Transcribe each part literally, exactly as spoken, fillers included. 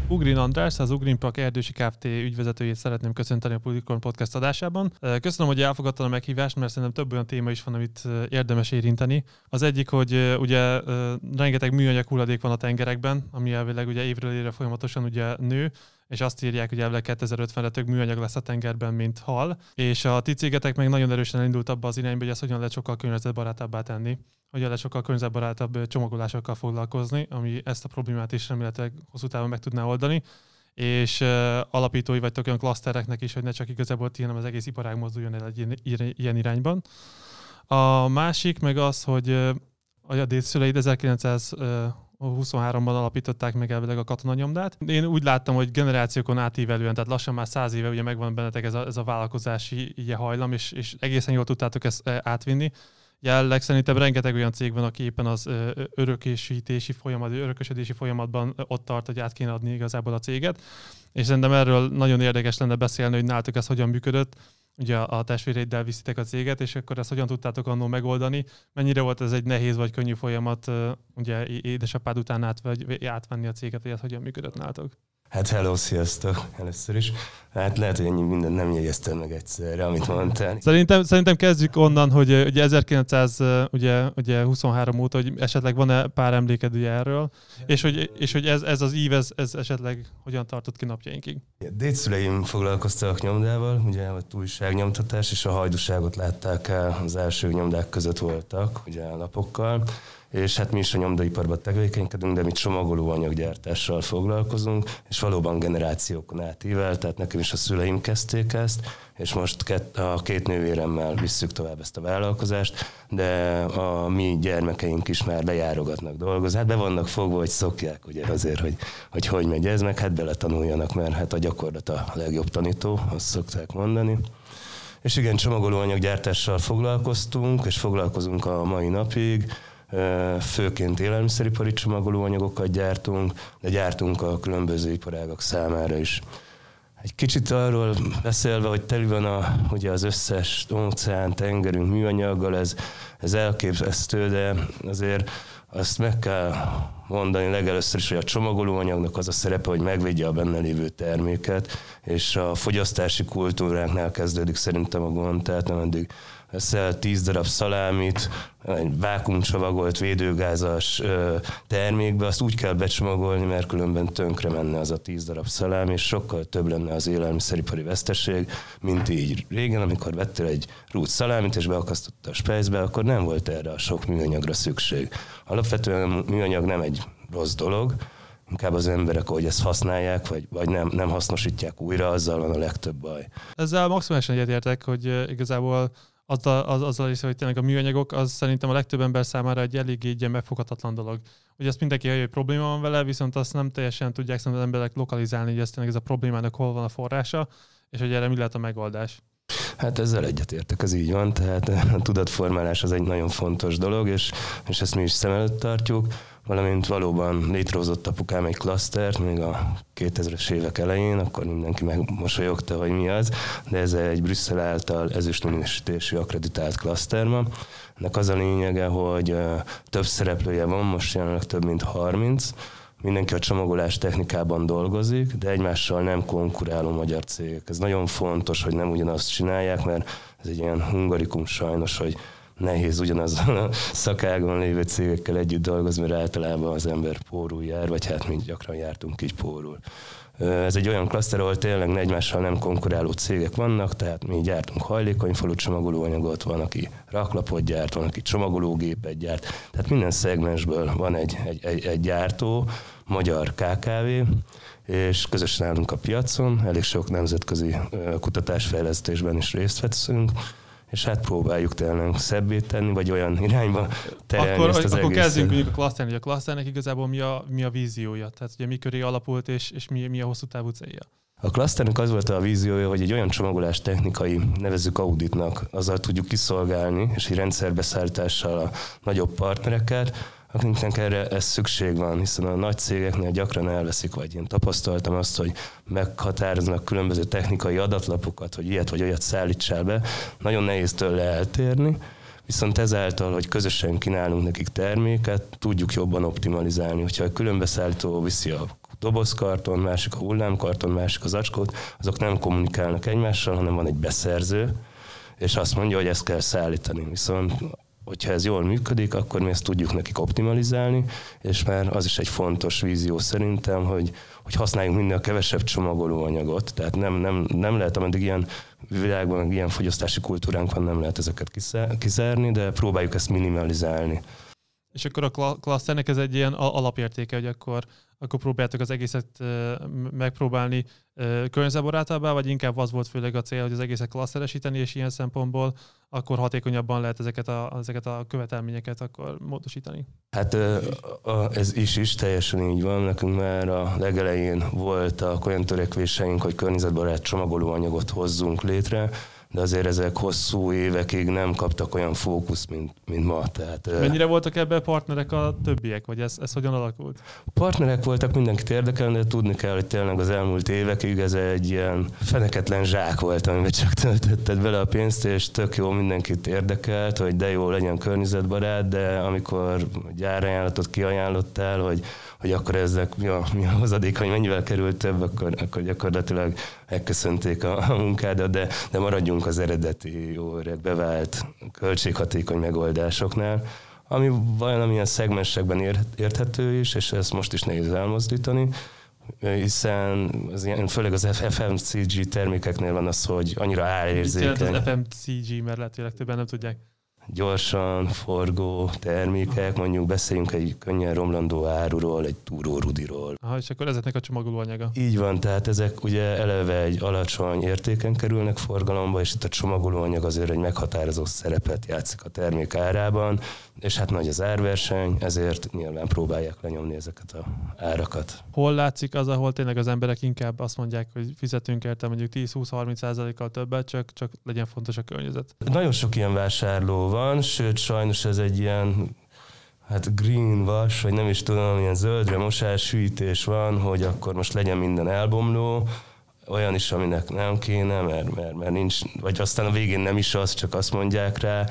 Ugrin András, az Ugrinpak Erdősi Kft. Ügyvezetőjét szeretném köszönteni a Politikorn Podcast adásában. Köszönöm, hogy elfogadtad a meghívást, mert szerintem több olyan téma is van, amit érdemes érinteni. Az egyik, hogy ugye rengeteg műanyag hulladék van a tengerekben, ami elvileg ugye évről évre folyamatosan ugye nő, és azt írják, hogy elvileg kétezer-ötvenre több műanyag lesz a tengerben, mint hal. És a ti cégetek meg nagyon erősen indult abba az irányba, hogy ezt hogyan lehet sokkal környezetbarátabbá tenni, hogyan lehet sokkal környezetbarátabb csomagolásokkal foglalkozni, ami ezt a problémát is remélhetőleg hosszú távon meg tudná oldani. És uh, alapítói vagytok olyan klasztereknek is, hogy ne csak igazából ti, hanem az egész iparág mozduljon el egy ilyen, ilyen irányban. A másik meg az, hogy uh, a dédszüleid ezerkilencszázhuszonháromban alapították meg elvileg a katonanyomdát. Én úgy láttam, hogy generációkon átívelően, tehát lassan már száz éve ugye megvan bennetek ez a, ez a vállalkozási ilyen hajlam, és, és egészen jól tudtátok ezt átvinni. Jelenleg szerintem rengeteg olyan cég van, aki éppen az örökösítési folyamat, örökösödési folyamatban ott tart, hogy át kéne adni igazából a céget. És szerintem erről nagyon érdekes lenne beszélni, hogy nálatok ez hogyan működött. Ugye a testvéreiddel viszitek a céget, és akkor ezt hogyan tudtátok annól megoldani? Mennyire volt ez egy nehéz vagy könnyű folyamat, ugye édesapád után át, vagy átvenni a céget, hogy ez hogyan működött nálatok? Hát hello, sziasztok először is. Hát lehet, hogy ennyi mindent nem jegyeztem meg egyszerre, amit mondtál. Szerintem, szerintem kezdjük onnan, hogy ugye ezerkilencszázhuszonhárom óta, hogy esetleg van-e pár emléked ugye erről, és hogy, és hogy ez, ez az ív, ez, ez esetleg hogyan tartott ki napjainkig? Dédszüleim foglalkoztak nyomdával, ugye a újságnyomtatás, és a hajdúságot látták el, az első nyomdák között voltak, ugye a lapokkal. És hát mi is a nyomdaiparban tevékenykedünk, de mi csomagolóanyaggyártással foglalkozunk, és valóban generációkon átível, tehát nekem is a szüleim kezdték ezt, és most a két nővéremmel visszük tovább ezt a vállalkozást, de a mi gyermekeink is már lejárogatnak dolgozni. Hát be vannak fogva, hogy szokják ugye azért, hogy, hogy hogy megy ez, meg hát beletanuljanak, mert hát a gyakorlat a legjobb tanító, azt szokták mondani. És igen, csomagolóanyaggyártással foglalkoztunk, és foglalkozunk a mai napig. Főként élelmiszeripari csomagolóanyagokat gyártunk, de gyártunk a különböző iparágak számára is. Egy kicsit arról beszélve, hogy teli van a, ugye az összes óceán, tengerünk műanyaggal, ez, ez elképesztő, de azért azt meg kell mondani legelőször is, hogy a csomagolóanyagnak az a szerepe, hogy megvédje a benne lévő terméket, és a fogyasztási kultúránknál kezdődik szerintem a gond, tehát nem eddig veszel tíz darab szalámit, egy vákuumcsavagolt, védőgázas termékbe, azt úgy kell becsomagolni, mert különben tönkre menne az a tíz darab szalám, és sokkal több lenne az élelmiszeripari veszteség, mint így. Régen, amikor vettél egy rút szalámit, és beakasztotta a spejzbe, akkor nem volt erre a sok műanyagra szükség. Alapvetően a műanyag nem egy rossz dolog, inkább az emberek, ahogy ezt használják, vagy, vagy nem, nem hasznosítják újra, azzal van a legtöbb baj. Ezzel maximálisan egyetértek, hogy igazából azzal, az, azzal is, hogy tényleg a műanyagok, az szerintem a legtöbb ember számára egy eléggé egy ilyen megfoghatatlan dolog. Ugye azt mindenki hallja, hogy probléma van vele, viszont azt nem teljesen tudják szerintem az emberek lokalizálni, hogy ez tényleg ez a problémának hol van a forrása, és hogy erre mi lehet a megoldás. Hát ezzel egyetértek, ez így van, tehát a tudatformálás az egy nagyon fontos dolog, és, és ezt mi is szem előtt tartjuk, valamint valóban létrehozott apukám egy klasztert, még a kétezres évek elején, akkor mindenki megmosolyogta, hogy mi az, de ez egy Brüsszel által ezüstminősítésű akkreditált klaszter ma. Ennek az a lényege, hogy több szereplője van, most jelenleg több mint harminc, mindenki a csomagolás technikában dolgozik, de egymással nem konkuráló magyar cégek. Ez nagyon fontos, hogy nem ugyanazt csinálják, mert ez egy ilyen hungarikum sajnos, hogy nehéz ugyanazzal a szakágon lévő cégekkel együtt dolgozni, mert általában az ember pórul jár, vagy hát mi gyakran jártunk így pórul. Ez egy olyan klaszter, ahol tényleg egymással nem konkuráló cégek vannak, tehát mi gyártunk hajlékony falu csomagolóanyagot, van, aki raklapot gyárt, van, aki csomagológépet gyárt, tehát minden szegmensből van egy, egy, egy, egy gyártó, magyar ká ká vé, és közösen állunk a piacon, elég sok nemzetközi kutatásfejlesztésben is részt veszünk, és hát próbáljuk tényleg szebbé tenni, vagy olyan irányba terelni akkor, ezt az Akkor egészet. kezdjünk mondjuk a klaszternek. A klaszternek igazából mi a, mi a víziója? Tehát ugye mi köré alapult, és, és mi, mi a hosszú távú célja? A klaszternek az volt a víziója, hogy egy olyan csomagolás technikai, nevezzük auditnak, azzal tudjuk kiszolgálni, és egy rendszerbeszállítással a nagyobb partnereket, akiknek erre ez szükség van, hiszen a nagy cégeknél gyakran elveszik, vagy én tapasztaltam azt, hogy meghatároznak különböző technikai adatlapokat, hogy ilyet vagy olyat szállítsál be, nagyon nehéz tőle eltérni, viszont ezáltal, hogy közösen kínálunk nekik terméket, tudjuk jobban optimalizálni. Hogyha a különbeszállító viszi a dobozkarton, másik a hullámkarton, másik az acskót, azok nem kommunikálnak egymással, hanem van egy beszerző, és azt mondja, hogy ezt kell szállítani. Viszont hogyha ez jól működik, akkor mi ezt tudjuk nekik optimalizálni, és már az is egy fontos vízió szerintem, hogy, hogy használjunk minél kevesebb csomagolóanyagot. Tehát nem, nem, nem lehet, ameddig ilyen világban, ilyen fogyasztási kultúránk van, nem lehet ezeket kizárni, de próbáljuk ezt minimalizálni. És akkor a klaszternek ez egy ilyen alapértéke, hogy akkor, akkor próbáljátok az egészet megpróbálni környezetbarátabbá, vagy inkább az volt főleg a cél, hogy az egészet klaszteresíteni, és ilyen szempontból akkor hatékonyabban lehet ezeket a, ezeket a követelményeket akkor módosítani? Hát ez is is teljesen így van. Nekünk már a legelején voltak olyan törekvéseink, hogy környezetbarát csomagolóanyagot hozzunk létre, de azért ezek hosszú évekig nem kaptak olyan fókuszt, mint, mint ma. Tehát, mennyire voltak ebben partnerek a többiek, vagy ez, ez hogyan alakult? Partnerek voltak, mindenkit érdekel, de tudni kell, hogy tényleg az elmúlt évekig ez egy ilyen feneketlen zsák volt, amiben csak töltötted bele a pénzt, és tök jó, mindenkit érdekelt, hogy de jó, legyen környezetbarát, de amikor gyárajánlatot kiajánlottál, hogy hogy akkor ezek mi a, mi a hozadék, hogy mennyivel került több, akkor, akkor gyakorlatilag megköszönték a, a munkádat, de, de maradjunk az eredeti, jó öreg, bevált, költséghatékony megoldásoknál, ami valamilyen szegmensekben érthető is, és ezt most is nehéz elmozdítani, hiszen az ilyen, főleg az ef em cé gé termékeknél van az, hogy annyira árérzékeny. Mit jelent az ef em cé gé, mert lehet, hogy legtöbben nem tudják. Gyorsan forgó termékek, mondjuk beszéljünk egy könnyen romlandó áruról, egy túrórudiról. Aha, és akkor ezeknek a csomagolóanyaga. Így van, tehát ezek ugye eleve egy alacsony értéken kerülnek forgalomba, és itt a csomagolóanyag azért egy meghatározó szerepet játszik a termék árában, és hát nagy az árverseny, ezért nyilván próbálják lenyomni ezeket az árakat. Hol látszik az, ahol tényleg az emberek inkább azt mondják, hogy fizetünk érte mondjuk tíz-húsz-harminc százalékkal többet, csak, csak legyen fontos a környezet? Nagyon sok ilyen vásárló van, sőt sajnos ez egy ilyen hát green wash, vagy nem is tudom, ilyen zöldre mosás, hűítés van, hogy akkor most legyen minden elbomló, olyan is, aminek nem kéne, mert, mert, mert nincs, vagy aztán a végén nem is az, csak azt mondják rá.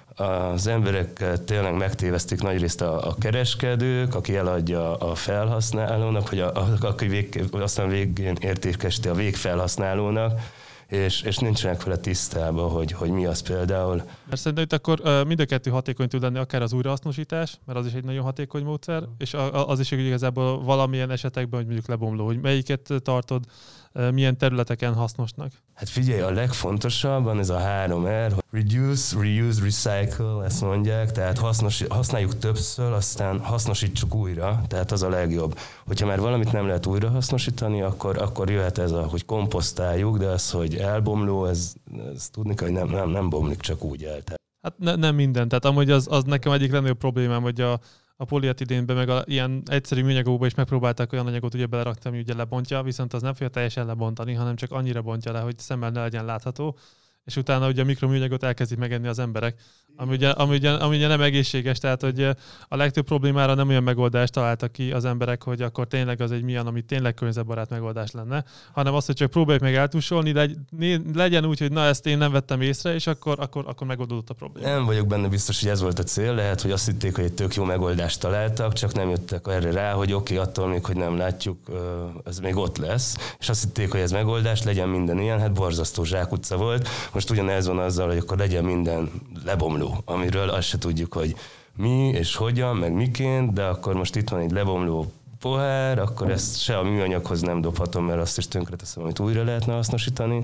Az emberek tényleg megtévesztik nagyrészt a, a kereskedők, aki eladja a felhasználónak, hogy a, a, aki vég, aztán végén értékesíti a végfelhasználónak, és, és nincsenek vele tisztában, hogy, hogy mi az például. Mert szerintem itt akkor mind a kettő hatékony tud lenni, akár az újrahasznosítás, mert az is egy nagyon hatékony módszer, és az is, hogy igazából valamilyen esetekben, hogy mondjuk lebomló, hogy melyiket tartod, milyen területeken hasznosnak? Hát figyelj, a legfontosabban ez a három er, reduce, reuse, recycle, ezt mondják, tehát hasznos, használjuk többször, aztán hasznosítsuk újra, tehát az a legjobb. Hogyha már valamit nem lehet újra hasznosítani, akkor, akkor jöhet ez a, hogy komposztáljuk, de az, hogy elbomló, ez, ez tudni kell, hogy nem, nem, nem bomlik csak úgy el. Tehát. Hát ne, nem minden, tehát amúgy az, az nekem egyik legnagyobb problémám, hogy a A polietilénbe, meg a ilyen egyszerű műanyagokba is megpróbálták olyan anyagot ugye belerakni, ami ugye lebontja, viszont az nem fogja teljesen lebontani, hanem csak annyira bontja le, hogy szemmel ne legyen látható, és utána ugye a mikroműanyagot elkezdik megenni az emberek, ami ugye, ami, ugye, ami ugye nem egészséges, tehát hogy a legtöbb problémára nem olyan megoldást találtak ki az emberek, hogy akkor tényleg az egy milyen, ami tényleg környezetbarát megoldás lenne, hanem azt, hogy csak próbáljuk meg eltussolni, legy, legyen úgy, hogy na ezt én nem vettem észre, és akkor, akkor, akkor megoldódott a probléma. Nem vagyok benne biztos, hogy ez volt a cél, lehet, hogy azt hitték, hogy egy tök jó megoldást találtak, csak nem jöttek erre rá, hogy oké, okay, attól még, hogy nem látjuk, ez még ott lesz, és azt hitték, hogy ez megoldás, legyen minden ilyen, hát borzasztó zsákutca volt. Most ugyanez van azzal, hogy akkor legyen minden lebomló, amiről azt se tudjuk, hogy mi és hogyan, meg miként, de akkor most itt van egy lebomló pohár, akkor ezt se a műanyaghoz nem dobhatom, mert azt is tönkreteszem, amit újra lehetne hasznosítani.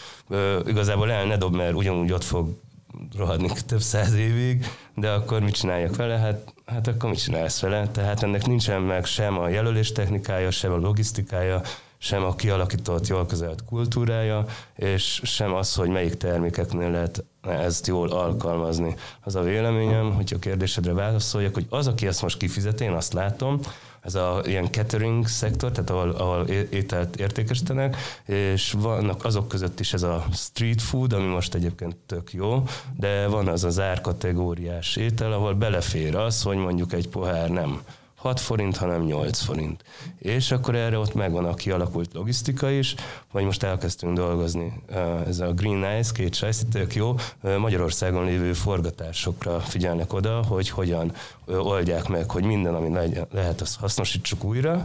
Ö, igazából el ne dob, mert ugyanúgy ott fog rohadni több száz évig, de akkor mit csináljak vele? Hát, hát akkor mit csinálsz vele? Tehát ennek nincsen meg sem a jelölés technikája, sem a logisztikája, sem a kialakított, jól kezelt kultúrája, és sem az, hogy melyik termékeknél lehet ezt jól alkalmazni. Az a véleményem, hogy a kérdésedre válaszoljak, hogy az, aki ezt most kifizet, én azt látom, ez a ilyen catering szektor, tehát ahol, ahol ételt értékesítenek, és vannak azok között is ez a street food, ami most egyébként tök jó, de van az az árkategóriás étel, ahol belefér az, hogy mondjuk egy pohár nem hat forint, hanem nyolc forint. És akkor erre ott megvan a kialakult logisztika is, vagy most elkezdtünk dolgozni. Ez a Green Ice, két sajsz, tök jó. Magyarországon lévő forgatásokra figyelnek oda, hogy hogyan oldják meg, hogy minden, ami lehet, azt hasznosítsuk újra,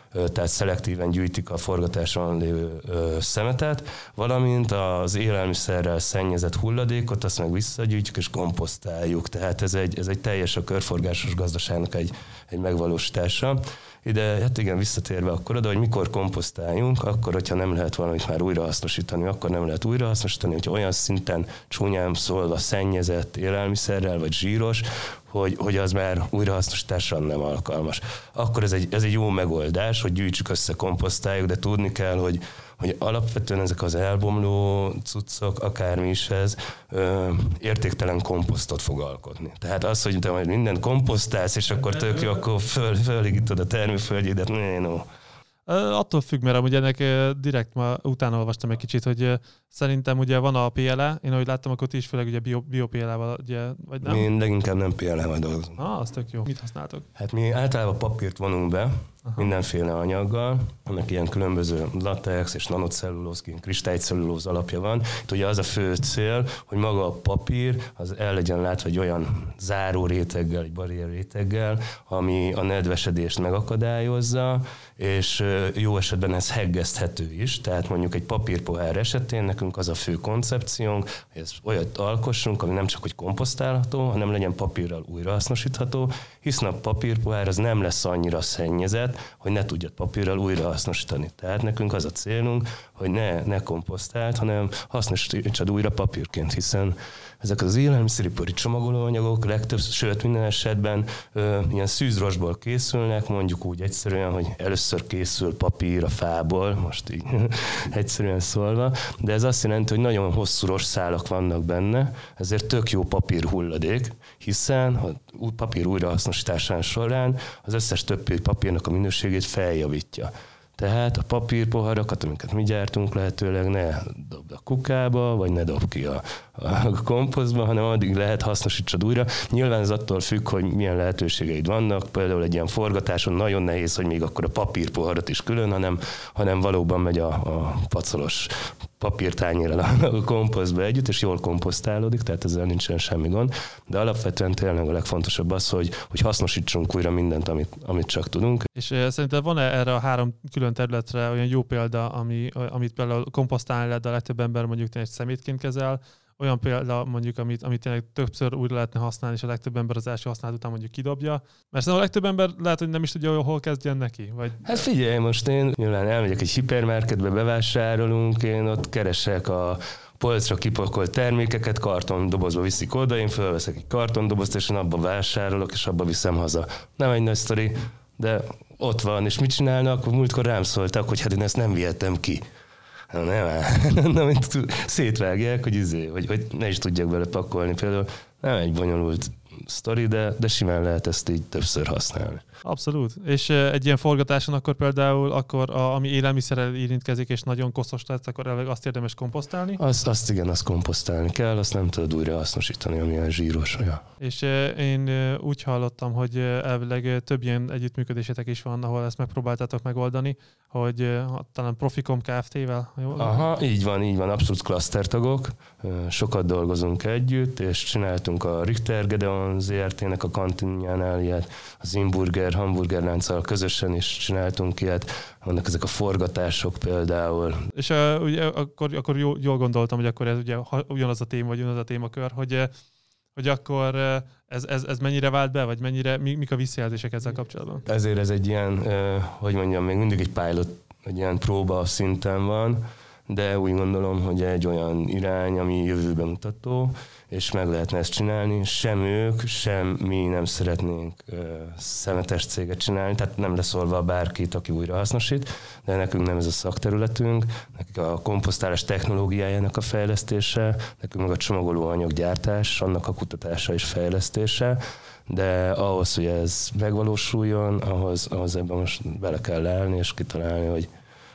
tehát szelektíven gyűjtik a forgatáson lévő szemetet, valamint az élelmiszerrel szennyezett hulladékot, azt meg visszagyűjtjük és komposztáljuk. Tehát ez egy, ez egy teljes a körforgásos gazdaságnak egy, egy megvalósítása. Ide, hát igen, visszatérve akkor oda, hogy mikor komposztáljunk, akkor, hogyha nem lehet valamit már újrahasznosítani, akkor nem lehet újrahasznosítani, hogyha olyan szinten csúnyán szólva szennyezett élelmiszerrel, vagy zsíros, hogy, hogy az már újrahasznosításra nem alkalmas. Akkor ez egy, ez egy jó megoldás, hogy gyűjtsük össze, komposztáljuk, de tudni kell, hogy hogy alapvetően ezek az elbomló cuccok, akármi is ez, ö, értéktelen komposztot fog alkotni. Tehát az, hogy te majd mindent komposztálsz, és akkor tök jó, akkor föl, fölégítod a termőföldjédet, ne, no. Attól függ, mert amúgy ennek direkt ma utána olvastam egy kicsit, hogy szerintem ugye van a pé el á, én ahogy láttam, akkor ti is főleg ugye bio, bio pé el á-val, ugye, vagy nem? Mi leginkább nem pé el á-val dolgozunk. Ah, az tök jó. Mit használtok? Hát mi általában papírt vonunk be, aha, mindenféle anyaggal. Annak ilyen különböző latex és nanocellulóz, kristálycellulóz alapja van. Itt ugye az a fő cél, hogy maga a papír az el legyen látva egy olyan záró réteggel, egy barrier réteggel, ami a nedvesedést megakadályozza, és jó esetben ez heggezthető is. Tehát mondjuk egy papírpohár esetén nekünk az a fő koncepciónk, hogy ezt olyat alkossunk, ami nem csak hogy komposztálható, hanem legyen papírral újrahasznosítható, hiszen a papírpohár az nem lesz annyira szennyezett, hogy ne tudjad papírral újrahasznosítani. Tehát nekünk az a célunk, hogy ne, ne komposztáld, hanem hasznosítsad újra papírként, hiszen ezek az élelmiszeripari csomagolóanyagok legtöbb, sőt minden esetben ö, ilyen szűzrostból készülnek, mondjuk úgy egyszerűen, hogy először készül papír a fából, most így egyszerűen szólva, de ez azt jelenti, hogy nagyon hosszú rostszálak vannak benne, ezért tök jó papírhulladék, hiszen a papír újrahasznosításán során az összes többi papírnak a minőségét feljavítja. Tehát a papírpoharakat, amiket mi gyártunk, lehetőleg ne dobd a kukába, vagy ne dob ki a, a komposztba, hanem addig lehet hasznosítsad újra. Nyilván ez attól függ, hogy milyen lehetőségeid vannak. Például egy ilyen forgatáson nagyon nehéz, hogy még akkor a papírpoharat is külön, hanem, hanem valóban megy a, a pacolos papírtányérrel a komposztba együtt, és jól komposztálódik, tehát ezzel nincsen semmi gond. De alapvetően tényleg a legfontosabb az, hogy, hogy hasznosítsunk újra mindent, amit, amit csak tudunk. És uh, szerinted van-e erre a három külön területre olyan jó példa, ami, amit például komposztálni lehet, de a legtöbb ember mondjuk egy szemétként kezel, olyan példa mondjuk, amit, amit tényleg többször újra lehetne használni, és a legtöbb ember az első használat után mondjuk kidobja. Mert szerintem a legtöbb ember lehet, hogy nem is tudja, hol kezdjen neki. Vagy... Hát figyelj, most én nyilván elmegyek egy hipermarketbe, bevásárolunk, én ott keresek a polcra kipakolt termékeket, kartondobozba viszik oda, én felveszek egy kartondobozt, és én abba vásárolok, és abba viszem haza. Nem egy nagy sztori, de ott van, és mit csinálnak? Múltkor rám szóltak, hogy hát én ezt nem vihetem ki. Nem, nem, nem, szétvágják, hogy, izé, hogy, hogy ne is tudjak bele pakolni. Például nem egy bonyolult sztori, de, de simán lehet ezt így többször használni. Abszolút. És egy ilyen forgatáson akkor például, akkor a, ami élelmiszerrel érintkezik, és nagyon koszos lesz, akkor azt érdemes komposztálni? Azt, azt igen, azt komposztálni kell, azt nem tudod újra hasznosítani, amilyen zsíros. Ja. És én úgy hallottam, hogy elvileg több ilyen együttműködésetek is van, ahol ezt megpróbáltátok megoldani, hogy talán Proficom Kft-vel. Jól? Aha, így van, így van, abszolút klasztertagok. Sokat dolgozunk együtt, és csináltunk a Richter Gedeon zé er té-nek a kantinjánál ilyet, az Inburger, hamburgerlánccal közösen is csináltunk ilyet, vannak ezek a forgatások például. És uh, ugye, akkor, akkor jól, jól gondoltam, hogy akkor ez ugye ugyanaz a téma, vagy ugyanaz a témakör, hogy, hogy akkor ez, ez, ez mennyire vált be, vagy mennyire, mik a visszajelzések ezzel kapcsolatban? Ezért ez egy ilyen, hogy mondjam, még mindig egy pilot, egy ilyen próba szinten van, de úgy gondolom, hogy egy olyan irány, ami jövőbe mutató, és meg lehetne ezt csinálni. Sem ők, sem mi nem szeretnénk uh, szemetes céget csinálni, tehát nem leszólva bárkit, aki újra hasznosít, de nekünk nem ez a szakterületünk, nekik a komposztálás technológiájának a fejlesztése, nekünk meg a csomagolóanyaggyártás, annak a kutatása és fejlesztése, de ahhoz, hogy ez megvalósuljon, ahhoz, ahhoz ebben most bele kell állni és kitalálni, hogy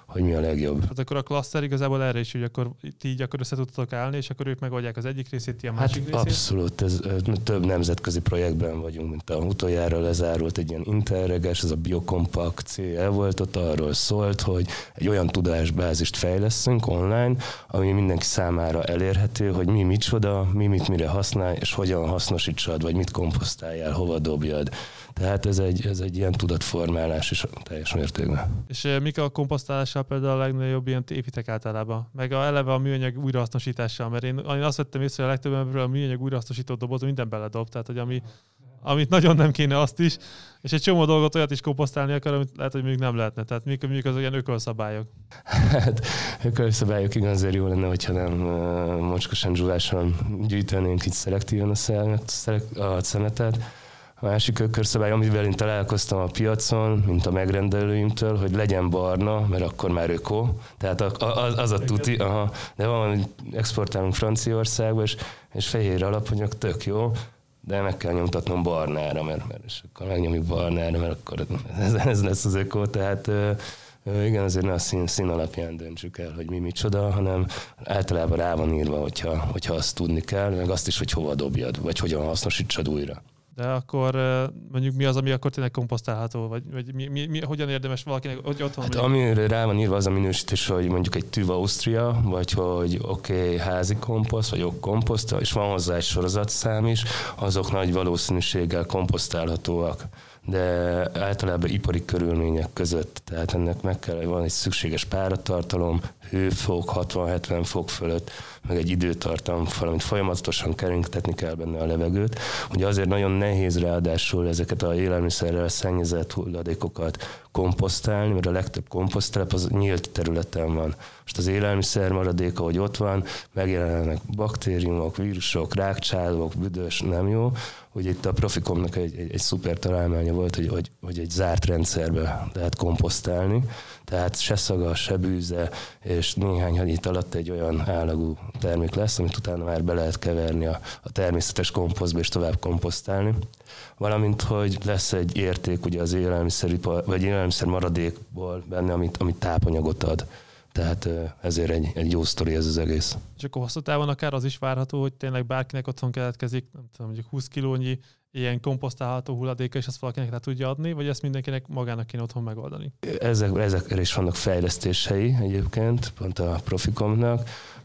hogy mi a legjobb. Hát akkor a cluster igazából erre is, hogy akkor ti így akkor össze tudtok állni, és akkor ők megoldják az egyik részét, ti a másik hát részét? Abszolút, ez, több nemzetközi projektben vagyunk, mint a utoljára lezárult egy ilyen Interreges, ez a Biocompact cé e volt, ott arról szólt, hogy egy olyan tudásbázist fejleszünk online, ami mindenki számára elérhető, hogy mi micsoda, mi mit mire használ, és hogyan hasznosítsad, vagy mit komposztáljál, hova dobjad. Tehát ez egy, ez egy ilyen tudatformálás is teljes mértékben. És mik a komposztálással például a legnagyobb ilyen építek általában? Meg a, eleve a műanyag újrahasznosítással, mert én, én azt vettem észre, hogy a legtöbben a műanyag újrahasznosító doboz minden beledob, tehát hogy ami, amit nagyon nem kéne azt is, és egy csomó dolgot olyat is komposztálni akar, amit lehet, hogy még nem lehetne. Tehát mik, mik az olyan ökölszabályok? Hát ökölszabályok igen, azért jó lenne, hogyha nem uh, mocskosan zsúvásan gyűjtenénk így szelektíven a, szemet, a szemetet. A másik ökörszabály, amivel én találkoztam a piacon, mint a megrendelőimtől, hogy legyen barna, mert akkor már öko. Tehát az, az a tuti, aha, de van, hogy exportálunk Franciaországba, és, és fehér alapanyag tök jó, de meg kell nyomtatnom barnára, mert, mert és akkor megnyomjuk barnára, mert akkor ez, ez lesz az öko. Tehát igen, azért ne a szín, szín alapján döntsük el, hogy mi micsoda, hanem általában rá van írva, hogyha, hogyha azt tudni kell, meg azt is, hogy hova dobjad, vagy hogyan hasznosítsad újra. De akkor mondjuk mi az, ami akkor tényleg komposztálható, vagy, vagy mi, mi, mi, hogyan érdemes valakinek, hogy otthon... Hát amire rá van írva az a minősítés, hogy mondjuk egy TÜV Ausztria, vagy hogy oké, okay, házi komposzt, vagy okkomposzt, és van hozzá egy sorozatszám is, azok nagy valószínűséggel komposztálhatóak, de általában ipari körülmények között, tehát ennek meg kell, van egy szükséges páratartalom, hőfok, hatvan-hetven fok fölött, meg egy időtartam, valamint folyamatosan keringtetni kell benne a levegőt. Ugye azért nagyon nehéz ráadásul ezeket a élelmiszerrel szennyezett hulladékokat komposztálni, mert a legtöbb komposztelep az nyílt területen van. Most az élelmiszer maradék, ahogy ott van, megjelennek baktériumok, vírusok, rákcsálók, büdös, nem jó. Ugye itt a Proficomnak egy, egy, egy szuper találmánya volt, hogy, hogy, hogy egy zárt rendszerbe lehet komposztálni, tehát se szaga, se bűze, és néhány hét alatt egy olyan állagú termék lesz, amit utána már be lehet keverni a, a természetes komposztba, és tovább komposztálni. Valamint, hogy lesz egy érték ugye az élelmiszeripar, vagy élelmiszer maradékból benne, amit, amit tápanyagot ad. Tehát ezért egy, egy jó sztori ez az egész. És akkor hosszú távon akár az is várható, hogy tényleg bárkinek otthon keletkezik, nem tudom, mondjuk húsz kilónyi ilyen komposztálható hulladéka, és ezt valakinek le tudja adni, vagy ezt mindenkinek magának kéne otthon megoldani? Ezek, ezekre is vannak fejlesztései egyébként, pont a Proficomnak,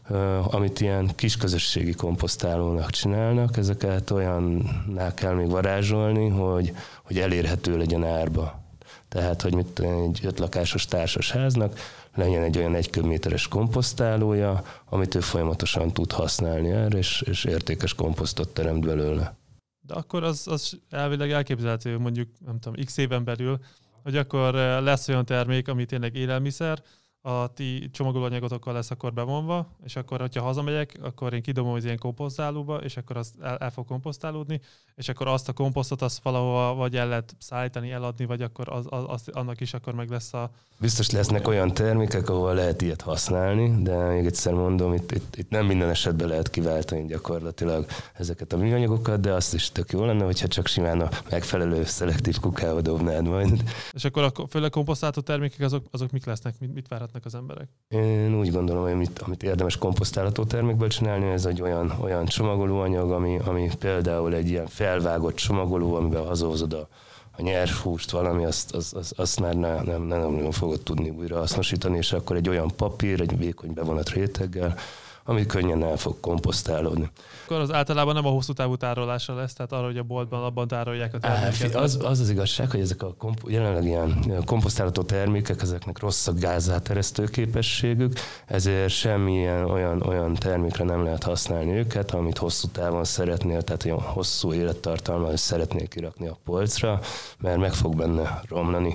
amit ilyen kisközösségi komposztálónak csinálnak, ezeket olyannál kell még varázsolni, hogy, hogy elérhető legyen árba. Tehát, hogy mit egy öt lakásos társasháznak legyen egy olyan egy köbméteres komposztálója, amit ő folyamatosan tud használni erre, és, és értékes komposztot teremt belőle. De akkor az, az elvileg elképzelhető, mondjuk, nem tudom, x éven belül, hogy akkor lesz olyan termék, ami tényleg élelmiszer, a ti csomagolóanyagotokkal lesz akkor bevonva, és akkor, hogyha hazamegyek, akkor én kidobom az ilyen komposztálóba, és akkor az el, el fog komposztálódni, és akkor azt a komposztot azt valahova vagy el lehet szállítani, eladni, vagy akkor az, az, az, annak is akkor meg lesz a... Biztos lesznek olyan termékek, ahol lehet ilyet használni, de még egyszer mondom, itt, itt, itt nem minden esetben lehet kiváltani gyakorlatilag ezeket a műanyagokat, de azt is tök jó lenne, hogyha csak simán a megfelelő szelektív kukába dobnád majd. És akkor a főleg komposztáltó termékek azok, azok mik lesznek, mit, mit várhatnak az emberek? Én úgy gondolom, hogy amit, amit érdemes komposztálható termékből csinálni, ez egy olyan, olyan csomagolóanyag, ami, ami például egy ilyen felvágott csomagoló, amiben hazahozod a, a nyers húst, valami, azt, azt, azt, azt már ne, nem, nem, nem fogod tudni újra hasznosítani, és akkor egy olyan papír, egy vékony bevonat réteggel, ami könnyen el fog komposztálódni. Akkor az általában nem a hosszú távú tárolásra lesz, tehát arra, hogy a boltban abban tárolják a terméket. Az, az az igazság, hogy ezek a komp- jelenleg ilyen komposztálható termékek, ezeknek rossz a gázáteresztő képességük, ezért semmilyen olyan, olyan termékre nem lehet használni őket, amit hosszú távon szeretnél, tehát olyan hosszú élettartalmat szeretnél kirakni a polcra, mert meg fog benne romlani.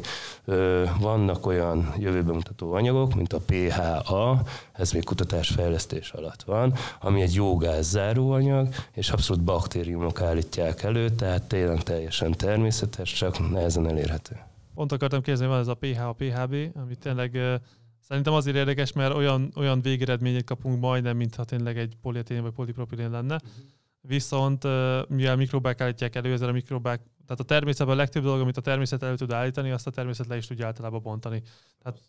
Vannak olyan jövőbe mutató anyagok, mint a pé há á, ez még kutatásfejlesztés alatt van, ami egy jó gázzáróanyag, és abszolút baktériumok állítják elő, tehát tényleg teljesen természetes, csak nehezen elérhető. Pont akartam kérdezni, van ez a pé há á, pé há bé, ami tényleg uh, szerintem azért érdekes, mert olyan, olyan végeredményét kapunk majdnem, mintha tényleg egy polietén vagy polipropilén lenne. Uh-huh. Viszont uh, mivel mikrobák állítják elő, ezzel a mikrobák, tehát a természetben a legtöbb dolog, amit a természet elő tud állítani, azt a természet le is tudja általában bontani. Tehát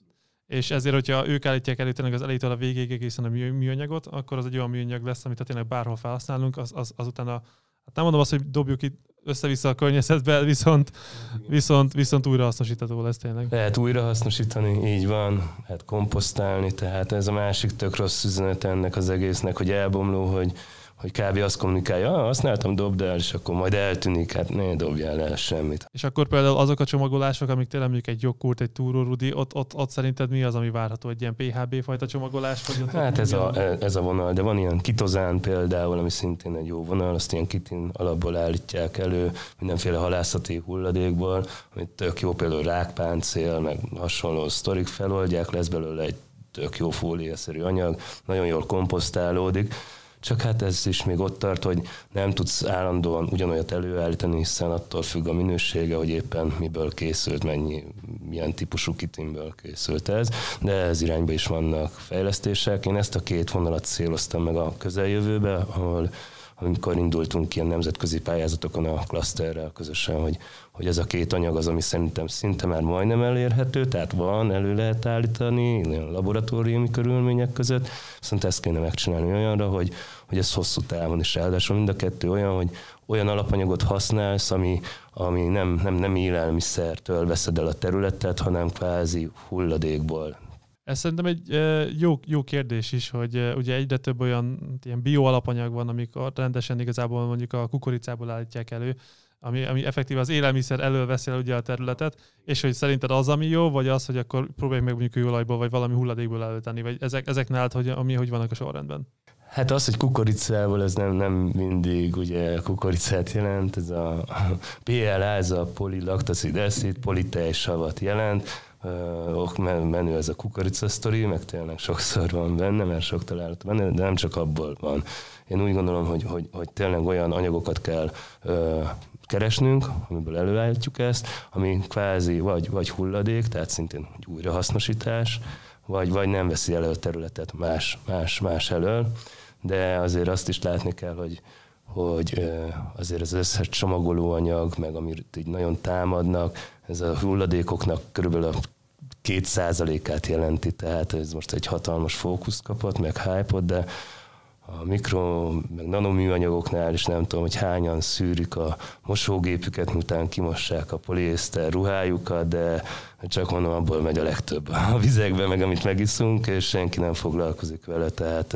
és ezért, hogyha ők állítják elő tényleg az elejétől a végéig egészen a műanyagot, akkor az egy olyan műanyag lesz, amit tényleg bárhol felhasználunk, az, az, azután a, hát nem mondom azt, hogy dobjuk itt össze-vissza a környezetbe, viszont, viszont, viszont újrahasznosítható lesz tényleg. Lehet újrahasznosítani, így van, lehet komposztálni, tehát ez a másik tök rossz üzenet ennek az egésznek, hogy elbomló, hogy hogy kb. Azt kommunikálja, ah, használtam, dobd el, és akkor majd eltűnik, hát ne dobjál el semmit. És akkor például azok a csomagolások, amik tényleg mondjuk egy joghurt, egy túrórudi, ott, ott, ott szerinted mi az, ami várható? Egy ilyen pé há bé fajta csomagolás? Vagy hát ez a, ez a vonal, de van ilyen kitozán például, ami szintén egy jó vonal, azt ilyen kitin alapból állítják elő, mindenféle halászati hulladékból, amit tök jó, például rákpáncél, meg hasonló sztorik feloldják, lesz belőle egy tök jó fóliaszerű anyag, nagyon jól komposztálódik. Csak hát ez is még ott tart, hogy nem tudsz állandóan ugyanolyat előállítani, hiszen attól függ a minősége, hogy éppen miből készült, mennyi, milyen típusú kitinből készült ez, de ez irányba is vannak fejlesztések. Én ezt a két vonalat céloztam meg a közeljövőbe, ahol amikor indultunk ilyen nemzetközi pályázatokon a klaszterrel közösen, hogy, hogy ez a két anyag az, ami szerintem szinte már majdnem elérhető, tehát van, elő lehet állítani, olyan laboratóriumi körülmények között, viszont ezt kéne megcsinálni olyanra, hogy, hogy ez hosszú távon is ráadásul mind a kettő olyan, hogy olyan alapanyagot használsz, ami, ami nem, nem, nem élelmiszertől veszed el a területet, hanem kvázi hulladékból. Ez szerintem egy jó, jó kérdés is, hogy ugye egyre több olyan ilyen bioalapanyag van, amik rendesen igazából mondjuk a kukoricából állítják elő, ami, ami effektív az élelmiszer elől veszi el ugye a területet, és hogy szerinted az, ami jó, vagy az, hogy akkor próbáljuk meg mondjuk kőolajból, vagy valami hulladékból előtenni, vagy ezek, ezek nálad, hogy, ami hogy vannak a sorrendben? Hát az, hogy kukoricából, ez nem, nem mindig ugye kukoricát jelent, ez a pé el á, ez a polilactacid acid, politejsavat jelent, ok menő ez a kukorica sztori, meg tényleg sokszor van benne, mert sok találat benne, de nem csak abból van. Én úgy gondolom, hogy, hogy, hogy tényleg olyan anyagokat kell ö, keresnünk, amiből előállítjuk ezt, ami kvázi vagy, vagy hulladék, tehát szintén újrahasznosítás, vagy, vagy nem veszi elő a területet más, más, más elől, de azért azt is látni kell, hogy hogy azért az összes csomagolóanyag, meg amit így nagyon támadnak, ez a hulladékoknak körülbelül a két százalékát jelenti, tehát ez most egy hatalmas fókuszt kapott, meg hype-ot, de a mikro, meg nanoműanyagoknál is nem tudom, hogy hányan szűrik a mosógépüket, miután kimossák a poliészter ruhájukat, de csak mondom, abból megy a legtöbb a vizekbe, meg amit megiszunk, és senki nem foglalkozik vele, tehát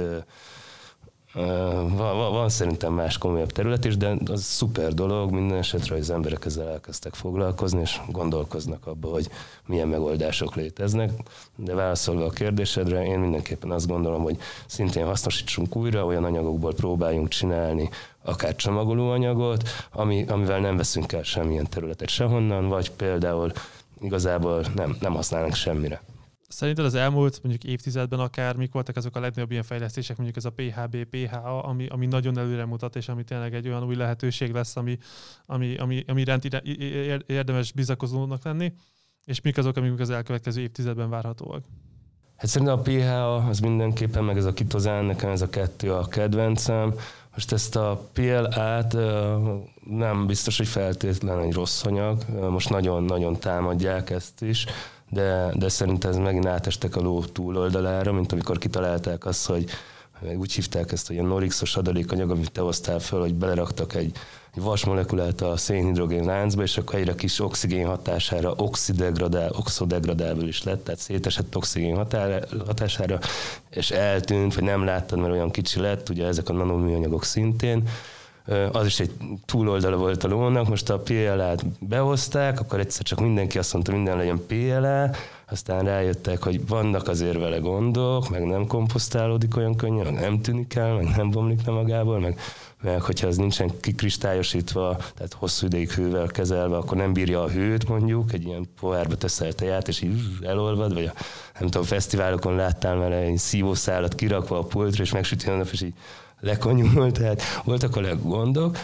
Van, van, van szerintem más komolyabb terület is, de az szuper dolog, minden esetre, hogy az emberek ezzel elkezdtek foglalkozni, és gondolkoznak abba, hogy milyen megoldások léteznek. De válaszolva a kérdésedre, én mindenképpen azt gondolom, hogy szintén hasznosítsunk újra, olyan anyagokból próbáljunk csinálni akár csomagolóanyagot, ami, amivel nem veszünk el semmilyen területet sehonnan, vagy például igazából nem, nem használnak semmire. Szerinted az elmúlt mondjuk évtizedben akár mik voltak azok a legnagyobb ilyen fejlesztések, mondjuk ez a pé há bé, pé há á, ami, ami nagyon előre mutat, és ami tényleg egy olyan új lehetőség lesz, ami, ami, ami, ami iránt érdemes bizakozónak lenni, és mik azok, amik az elkövetkező évtizedben várhatóak? Hát szerintem a pé há á az mindenképpen, meg ez a kitozán, nekem ez a kettő a kedvencem. Most ezt a pé el á-t nem biztos, hogy feltétlenül egy rossz anyag, most nagyon-nagyon támadják ezt is, de, de szerintem ez megint átestek a ló túloldalára, mint amikor kitalálták azt, hogy úgy hívták ezt, hogy a norixos adalékanyag, amit te hoztál föl, hogy beleraktak egy, egy vasmolekulát a szénhidrogén láncba, és akkor egyre kis oxigén hatására oxidegradál, oxodegradábil is lett, tehát szétesett oxigén hatására, és eltűnt, vagy nem láttad, mert olyan kicsi lett, ugye ezek a nanoműanyagok szintén. Az is egy túloldala volt a lónak, most a pé el á-t behozták, akkor egyszer csak mindenki azt mondta, minden legyen pé el á, aztán rájöttek, hogy vannak azért vele gondok, meg nem komposztálódik olyan könnyen, meg nem tűnik el, meg nem bomlik le magából, meg, meg hogyha az nincsen kikristályosítva, tehát hosszú ideig hővel kezelve, akkor nem bírja a hőt mondjuk, egy ilyen pohárba teszel teját, és így elolvad, vagy a, nem tudom, fesztiválokon láttál már egy szívószálat kirakva a pultra, és megsüti a nap, és így lekonyult, tehát voltak a gondok,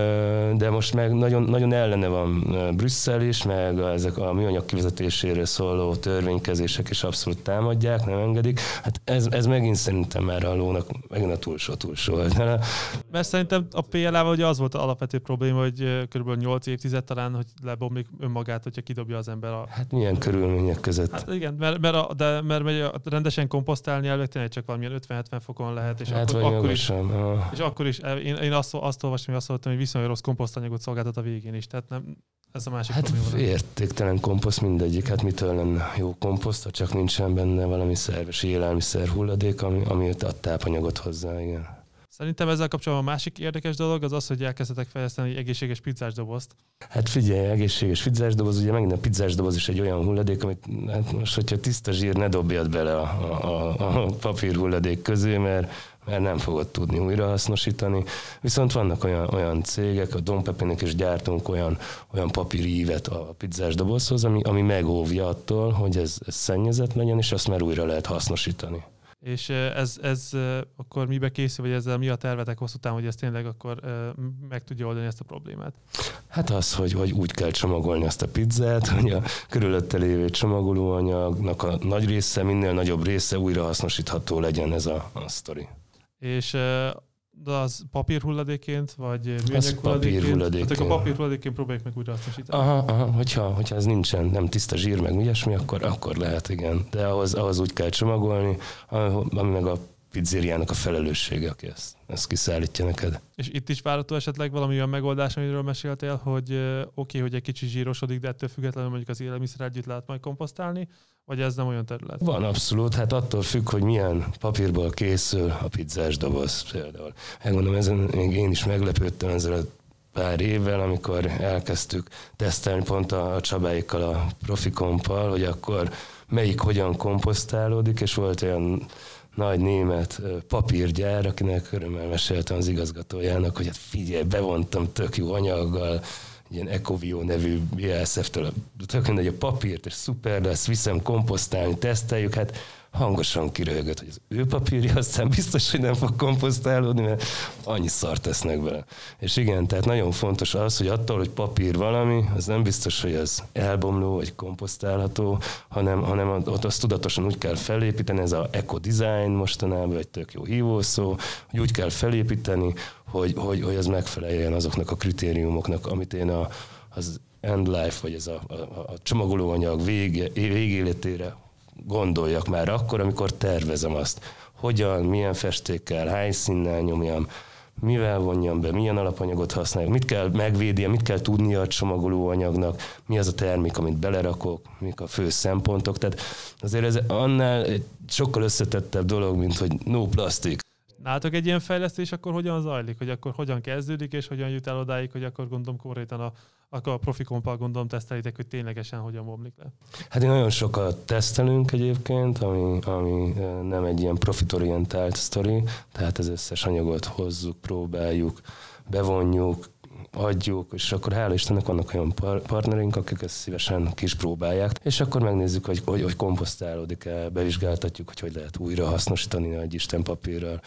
de most meg nagyon, nagyon ellene van Brüsszel is, meg ezek a műanyag kivezetéséről szóló törvénykezések is abszolút támadják, nem engedik. Hát ez, ez megint szerintem már a lónak megint a túlsó túlsó oldala. Mert szerintem a pé el á-val ugye az volt az alapvető probléma, hogy kb. nyolc évtized talán, hogy lebomlik önmagát, hogyha kidobja az ember a... Hát milyen körülmények között? Hát igen, mert, mert, a, de, mert megy a, rendesen komposztálni elvileg tényleg csak valamilyen ötven-hetven fokon lehet, és hát akkor, akkor is, ah. és akkor is, én, én azt, azt olvastam, hogy azt mondtam, hogy viszonylag rossz komposztanyagot szolgáltat a végén is, tehát nem, ez a másik hát probléma. Értéktelen komposzt mindegyik, hát mitől lenne jó komposzt, ha csak nincsen benne valami szerves élelmiszer hulladék, ami, ami a tápanyagot hozzá, igen. Szerintem ezzel kapcsolatban a másik érdekes dolog az az, hogy elkezdhetek fejleszteni egy egészséges pizzás dobozt. Hát figyelj, egészséges pizzás doboz, ugye megint a pizzás doboz is egy olyan hulladék, amit hát most, hogyha tiszta zsír, ne dobjad bele a, a, a papír hulladék közé, mert, mert nem fogod tudni újrahasznosítani. Viszont vannak olyan, olyan cégek, a Don Pepének is gyártunk olyan, olyan papírívet a pizzás dobozhoz, ami, ami megóvja attól, hogy ez, ez szennyezett legyen, és azt már újra lehet hasznosítani. És ez, ez akkor mibe készül, vagy ezzel mi a tervetek hosszú távon, hogy ez tényleg akkor meg tudja oldani ezt a problémát? Hát az, hogy, hogy úgy kell csomagolni azt a pizzát, hogy a körülötte lévő csomagolóanyagnak a nagy része, minél nagyobb része újra hasznosítható legyen ez a, a sztori. És de az papírhulladékként, vagy műanyag hulladékként? Hát akkor papírhulladékként próbáljuk meg újra hasznosítani. Aha, aha hogyha, hogyha ez nincsen, nem tiszta zsír, meg ilyesmi, akkor, akkor lehet, igen. De ahhoz, ahhoz úgy kell csomagolni, ami meg a pizzériának a felelőssége, aki ezt, ezt kiszállítja neked. És itt is várható esetleg valami olyan megoldás, amiről meséltél, hogy oké, okay, hogy egy kicsi zsírosodik, de ettől függetlenül mondjuk az élelmiszer együtt lehet majd komposztálni, vagy ez nem olyan terület? Van abszolút, hát attól függ, hogy milyen papírból készül a pizzás doboz például. Megmondom, ezen még én is meglepődtem ezzel a pár évvel, amikor elkezdtük tesztelni pont a, a Csabáikkal, a Profikompal, hogy akkor melyik hogyan komposztálódik, és volt olyan nagy német papírgyár, akinek örömmel meséltem az igazgatójának, hogy hát figyelj, bevontam tök jó anyaggal, ilyen Ecovio nevű bé es ef-től tök nagy a papírt, és szuper lesz, viszem komposztálni, teszteljük, hát hangosan kiröhögött, hogy az ő papírja aztán biztos, hogy nem fog komposztálódni, mert annyi szart tesznek bele. És igen, tehát nagyon fontos az, hogy attól, hogy papír valami, az nem biztos, hogy az elbomló, vagy komposztálható, hanem, hanem ott azt tudatosan úgy kell felépíteni, ez a eco-design mostanában egy tök jó hívószó, hogy úgy kell felépíteni, hogy, hogy, hogy az megfeleljen azoknak a kritériumoknak, amit én a, az end life, vagy ez a, a, a csomagolóanyag vége, végéletére gondoljak már akkor, amikor tervezem azt, hogyan, milyen festékkel, hány színnel nyomjam, mivel vonjam be, milyen alapanyagot használjuk, mit kell megvédjem, mit kell tudnia a csomagolóanyagnak, mi az a termék, amit belerakok, mik a fő szempontok. Tehát azért ez annál egy sokkal összetettebb dolog, mint hogy no plastik. Nálatok egy ilyen fejlesztés akkor hogyan zajlik? Hogy akkor hogyan kezdődik, és hogyan jut el odáig, hogy akkor gondolom konkrétan a, akkor a Profikompal gondolom tesztelitek, hogy ténylegesen hogyan bomlik le? Hát én nagyon sokat tesztelünk egyébként, ami, ami nem egy ilyen profitorientált sztori, tehát az összes anyagot hozzuk, próbáljuk, bevonjuk, adjuk, és akkor hála Istennek vannak olyan par- partnerink, akik ezt szívesen kis próbálják, és akkor megnézzük, hogy, hogy, hogy komposztálódik-e, bevizsgáltatjuk, hogy hogy lehet újra hasznosítani nagy Isten papírral.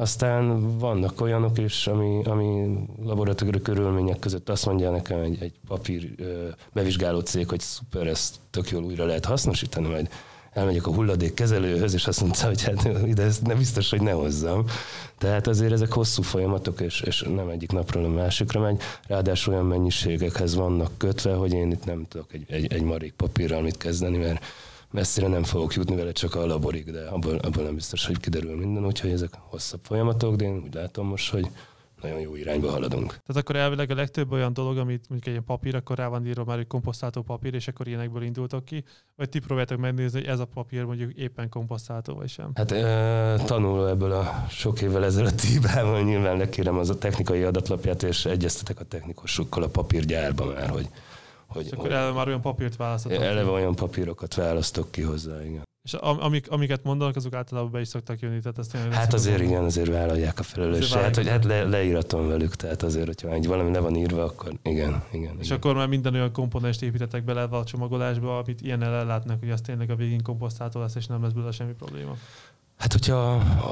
Aztán vannak olyanok is, ami, ami laboratóriumi körülmények között azt mondja nekem egy, egy papír bevizsgáló cég, hogy szuper, ezt tök jól újra lehet hasznosítani, majd elmegyek a hulladékkezelőhöz, és azt mondta, hogy hát ide ezt nem biztos, hogy ne hozzam. Tehát azért ezek hosszú folyamatok, és, és nem egyik napról a másikra megy. Ráadásul olyan mennyiségekhez vannak kötve, hogy én itt nem tudok egy, egy, egy marék papírral mit kezdeni, mert messzire nem fogok jutni vele csak a laborig, de abból, abból nem biztos, hogy kiderül minden, úgyhogy ezek hosszabb folyamatok, de én úgy látom most, hogy nagyon jó irányba haladunk. Tehát akkor elvileg a legtöbb olyan dolog, amit mondjuk egy ilyen papír, akkor rá van írva már, hogy komposztáltó papír, és akkor ilyenekből indultok ki, vagy ti próbáltok megnézni, hogy ez a papír mondjuk éppen komposztáltó, vagy sem? Hát e, tanulva ebből a sok évvel ezelőtt hibával nyilván lekérem az a technikai adatlapját, és egyeztetek a technikusokkal a papírgyárba már, hogy... hogy és akkor eleve már olyan papírt választottak? Eleve olyan papírokat választok ki hozzá, igen. És amik, amiket mondanak, azok általában be is szoktak jönni. Tehát ezt hát azért igen, azért vállalják a felelősséget. Hát, hogy hát le, leíratom velük, tehát azért, hogyha egy valami le van írva, akkor igen, igen. És igen. akkor már minden olyan komponenst építettek bele a csomagolásba, amit ilyennel ellátnak, hogy az tényleg a végén komposztáltó lesz, és nem lesz belőle semmi probléma. Hát, hogyha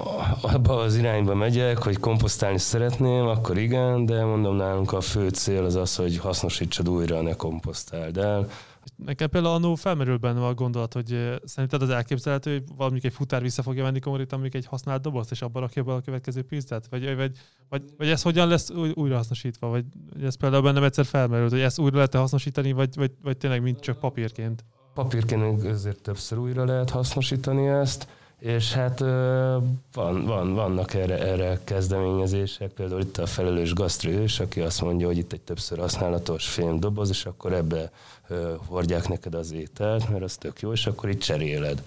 abba az irányba megyek, hogy komposztálni szeretném, akkor igen, de mondom, nálunk a fő cél az az, hogy hasznosítsad újra, ne komposztáld el. Nekem például annó felmerül benne a gondolat, hogy szerinted az elképzelhető, hogy valamelyik egy futár vissza fogja venni konkrétan még egy használt dobozt, és abban rakja be a következő pizzát? Vagy, vagy, vagy, vagy ez hogyan lesz újra hasznosítva? Vagy ez például bennem egyszer felmerült, hogy ezt újra lehet hasznosítani, vagy, vagy, vagy tényleg mind csak papírként? Papírként azért többször újra lehet hasznosítani ezt, és hát van, van, vannak erre, erre kezdeményezések, például itt a felelős gasztroős, aki azt mondja, hogy itt egy többször használatos fémdoboz, és akkor ebbe hordják neked az ételt, mert az tök jó, és akkor itt cseréled.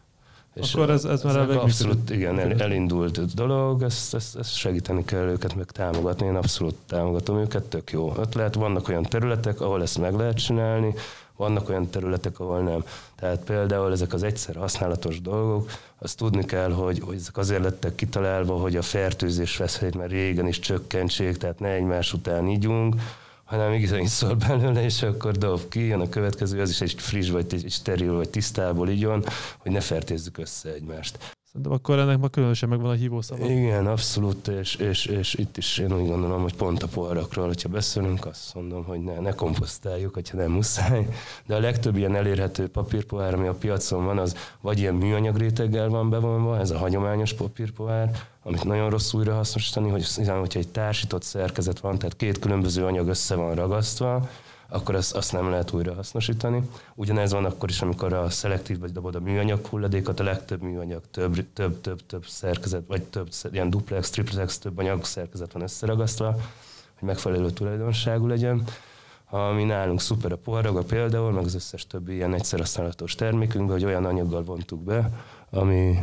És akkor ez, ez már abszolút igen, el, elindult dolog, ezt, ezt, ezt segíteni kell őket, meg támogatni, én abszolút támogatom őket, tök jó ötlet. Vannak olyan területek, ahol ezt meg lehet csinálni, vannak olyan területek, ahol nem. Tehát például ezek az egyszer használatos dolgok, azt tudni kell, hogy, hogy ezek azért lettek kitalálva, hogy a fertőzés veszélyt már régen is csökkentsék, tehát ne egymás után ígyunk, hanem igazán iszol belőle, és akkor dob ki, jön a következő, az is egy friss, vagy egy steril, vagy tisztából igyon, hogy ne fertézzük össze egymást. Szerintem akkor ennek ma különösen megvan a hívószava. Igen, abszolút, és, és, és itt is én úgy gondolom, hogy pont a poharakról, hogyha beszélünk, azt mondom, hogy ne, ne komposztáljuk, hogyha nem muszáj, de a legtöbb ilyen elérhető papírpohár, ami a piacon van, az vagy ilyen műanyag réteggel van bevonva, ez a hagyományos papírpohár, amit nagyon rossz újra hasznosítani, hogy hiszen, hogyha egy társított szerkezet van, tehát két különböző anyag össze van ragasztva, akkor azt, azt nem lehet újra hasznosítani. Ugyanez van akkor is, amikor a szelektív vagy dobod a műanyag hulladékot, a legtöbb műanyag több, több, több, több szerkezet, vagy több ilyen duplex, triplex, több anyag szerkezet van összeragasztva, hogy megfelelő tulajdonságú legyen. Ami nálunk szuper a poharagga például, meg az összes többi ilyen egyszer használatos termékünkbe, hogy olyan anyaggal vontuk be, ami,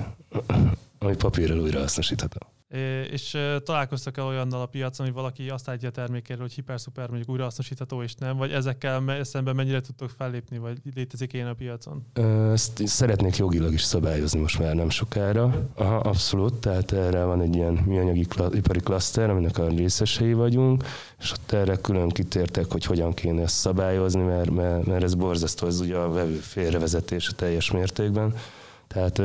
ami papírral újra hasznosítható. És találkoztak el olyannal a piacon, hogy valaki azt állítja a termékéről, hogy hiper-szuper, mondjuk újrahasznosítható és nem, vagy ezekkel szemben mennyire tudtok fellépni, vagy létezik ilyen a piacon? Ezt szeretnék jogilag is szabályozni most már nem sokára. Aha, abszolút, tehát erre van egy ilyen műanyagi kla- ipari klaszter, aminek a részesei vagyunk, és ott erre külön kitértek, hogy hogyan kéne ezt szabályozni, mert, mert, mert ez borzasztó, ez ugye a vevő félrevezetés a teljes mértékben. Tehát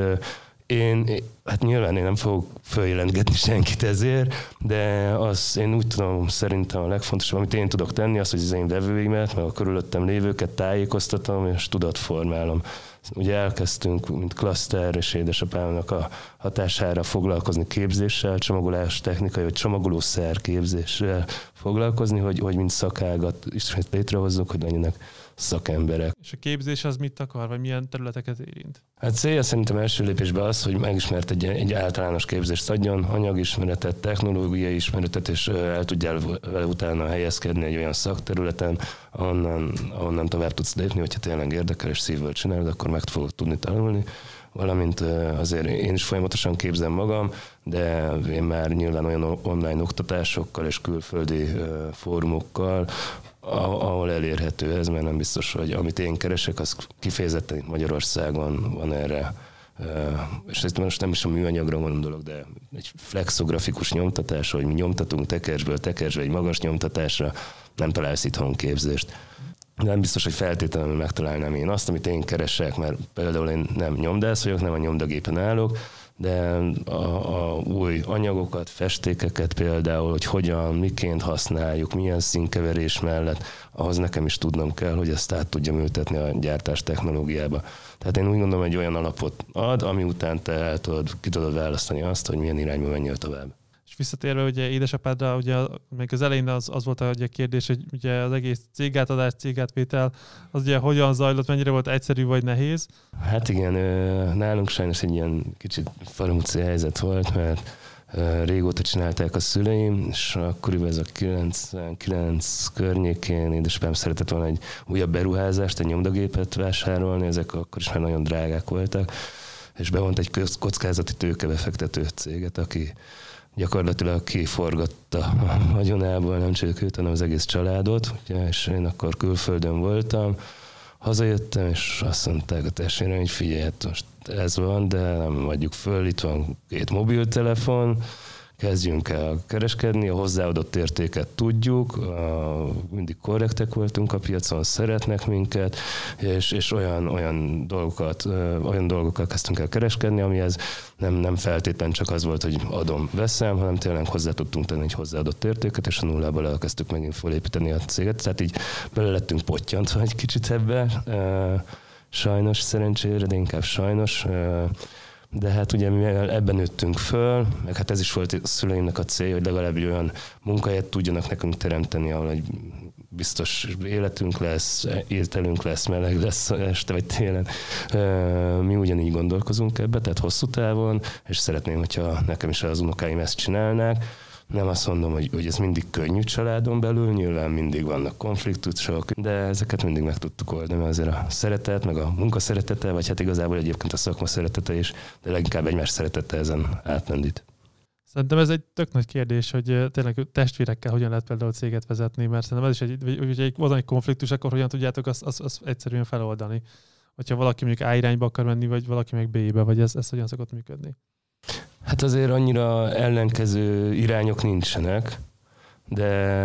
Én, hát nyilván én nem fogok följelentgetni senkit ezért, de az, én úgy tudom, szerintem a legfontosabb, amit én tudok tenni, az, hogy az én vevőimet, meg a körülöttem lévőket tájékoztatom, és tudatformálom. Ugye elkezdtünk, mint klaszter és édesapámnak a hatására foglalkozni képzéssel, csomagolás technikai, vagy csomagolószer képzéssel foglalkozni, hogy, hogy mint szakágat ismét létrehozzuk, hogy legyenek szakemberek. És a képzés az mit akar, vagy milyen területeket érint? Hát célja szerintem első lépésben az, hogy megismert egy, egy általános képzést adjon, anyagismeretet, technológiai ismeretet, és el tudjál vele utána helyezkedni egy olyan szakterületen, ahonnan, ahonnan tovább tudsz lépni, hogyha tényleg érdekel és szívvel csinálod, akkor meg fogod tudni tanulni. Valamint azért én is folyamatosan képzem magam, de én már nyilván olyan online oktatásokkal és külföldi fórumokkal, ahol elérhető ez, mert nem biztos, hogy amit én keresek, az kifejezetten itt Magyarországon van erre. És ezt most nem is a műanyagra gondolok, de egy flexografikus nyomtatás, hogy mi nyomtatunk tekercsből tekercsbe egy magas nyomtatásra, nem találsz itthon képzést. Nem biztos, hogy feltétlenül megtalálnám én azt, amit én keresek, mert például én nem nyomdász vagyok, nem a nyomdagépen állok, de a, a új anyagokat, festékeket például, hogy hogyan, miként használjuk, milyen színkeverés mellett, ahhoz nekem is tudnom kell, hogy ezt át tudjam ültetni a gyártás technológiába. Tehát én úgy gondolom, hogy olyan alapot ad, ami után te el tudod, ki tudod választani azt, hogy milyen irányba menjél tovább. És visszatérve ugye édesapádra, ugye még az elején az, az volt a ugye, kérdés, hogy ugye az egész cégátadás, cégátvétel, az ugye hogyan zajlott, mennyire volt egyszerű vagy nehéz? Hát igen, nálunk sajnos egy ilyen kicsit faramúci helyzet volt, mert régóta csinálták a szüleim, és akkoriban ez a kilencvenkilenc környékén édesapám szeretett volna egy újabb beruházást, egy nyomdagépet vásárolni, ezek akkor is már nagyon drágák voltak, és bevont egy kockázati tőkebefektető céget, aki gyakorlatilag kiforgatta a vagyonából, nem csak őt, hanem az egész családot, ugye, és én akkor külföldön voltam, hazajöttem, és azt mondták a testvérem, hogy figyelj, hát most ez van, de nem adjuk föl, itt van két mobiltelefon, kezdjünk el kereskedni, a hozzáadott értéket tudjuk, a, mindig korrektek voltunk a piacon, szeretnek minket, és, és olyan, olyan, dolgokat, olyan dolgokkal kezdtünk el kereskedni, amihez nem, nem feltétlenül csak az volt, hogy adom, veszem, hanem tényleg hozzá tudtunk tenni egy hozzáadott értéket, és a nullából elkezdtük megint felépíteni a céget. Tehát így bele lettünk pottyantva egy kicsit ebbe, sajnos, szerencsére, de inkább sajnos. De hát ugye mi ebben nőttünk föl, meg hát ez is volt a szüleimnek a célja, hogy legalább egy olyan munkahelyet tudjanak nekünk teremteni, ahol egy biztos életünk lesz, ételünk lesz, meleg lesz este vagy télen. Mi ugyanígy gondolkozunk ebbe, tehát hosszú távon, és szeretném, hogyha nekem is az unokáim ezt csinálnák. Nem azt mondom, hogy, hogy ez mindig könnyű családon belül, nyilván mindig vannak konfliktusok, de ezeket mindig meg tudtuk oldani, azért a szeretet, meg a munka szeretete, vagy hát igazából egyébként a szakma szeretete is, de leginkább egymás szeretete ezen átmendít. Szerintem ez egy tök nagy kérdés, hogy tényleg testvérekkel hogyan lehet például céget vezetni, mert szerintem ez is egy, hogy egy, van egy konfliktus, akkor hogyan tudjátok azt, azt, azt egyszerűen feloldani. Hogyha valaki mondjuk A irányba akar menni, vagy valaki meg B-be, vagy ez, ez hogyan szokott működni? Hát azért annyira ellenkező irányok nincsenek, de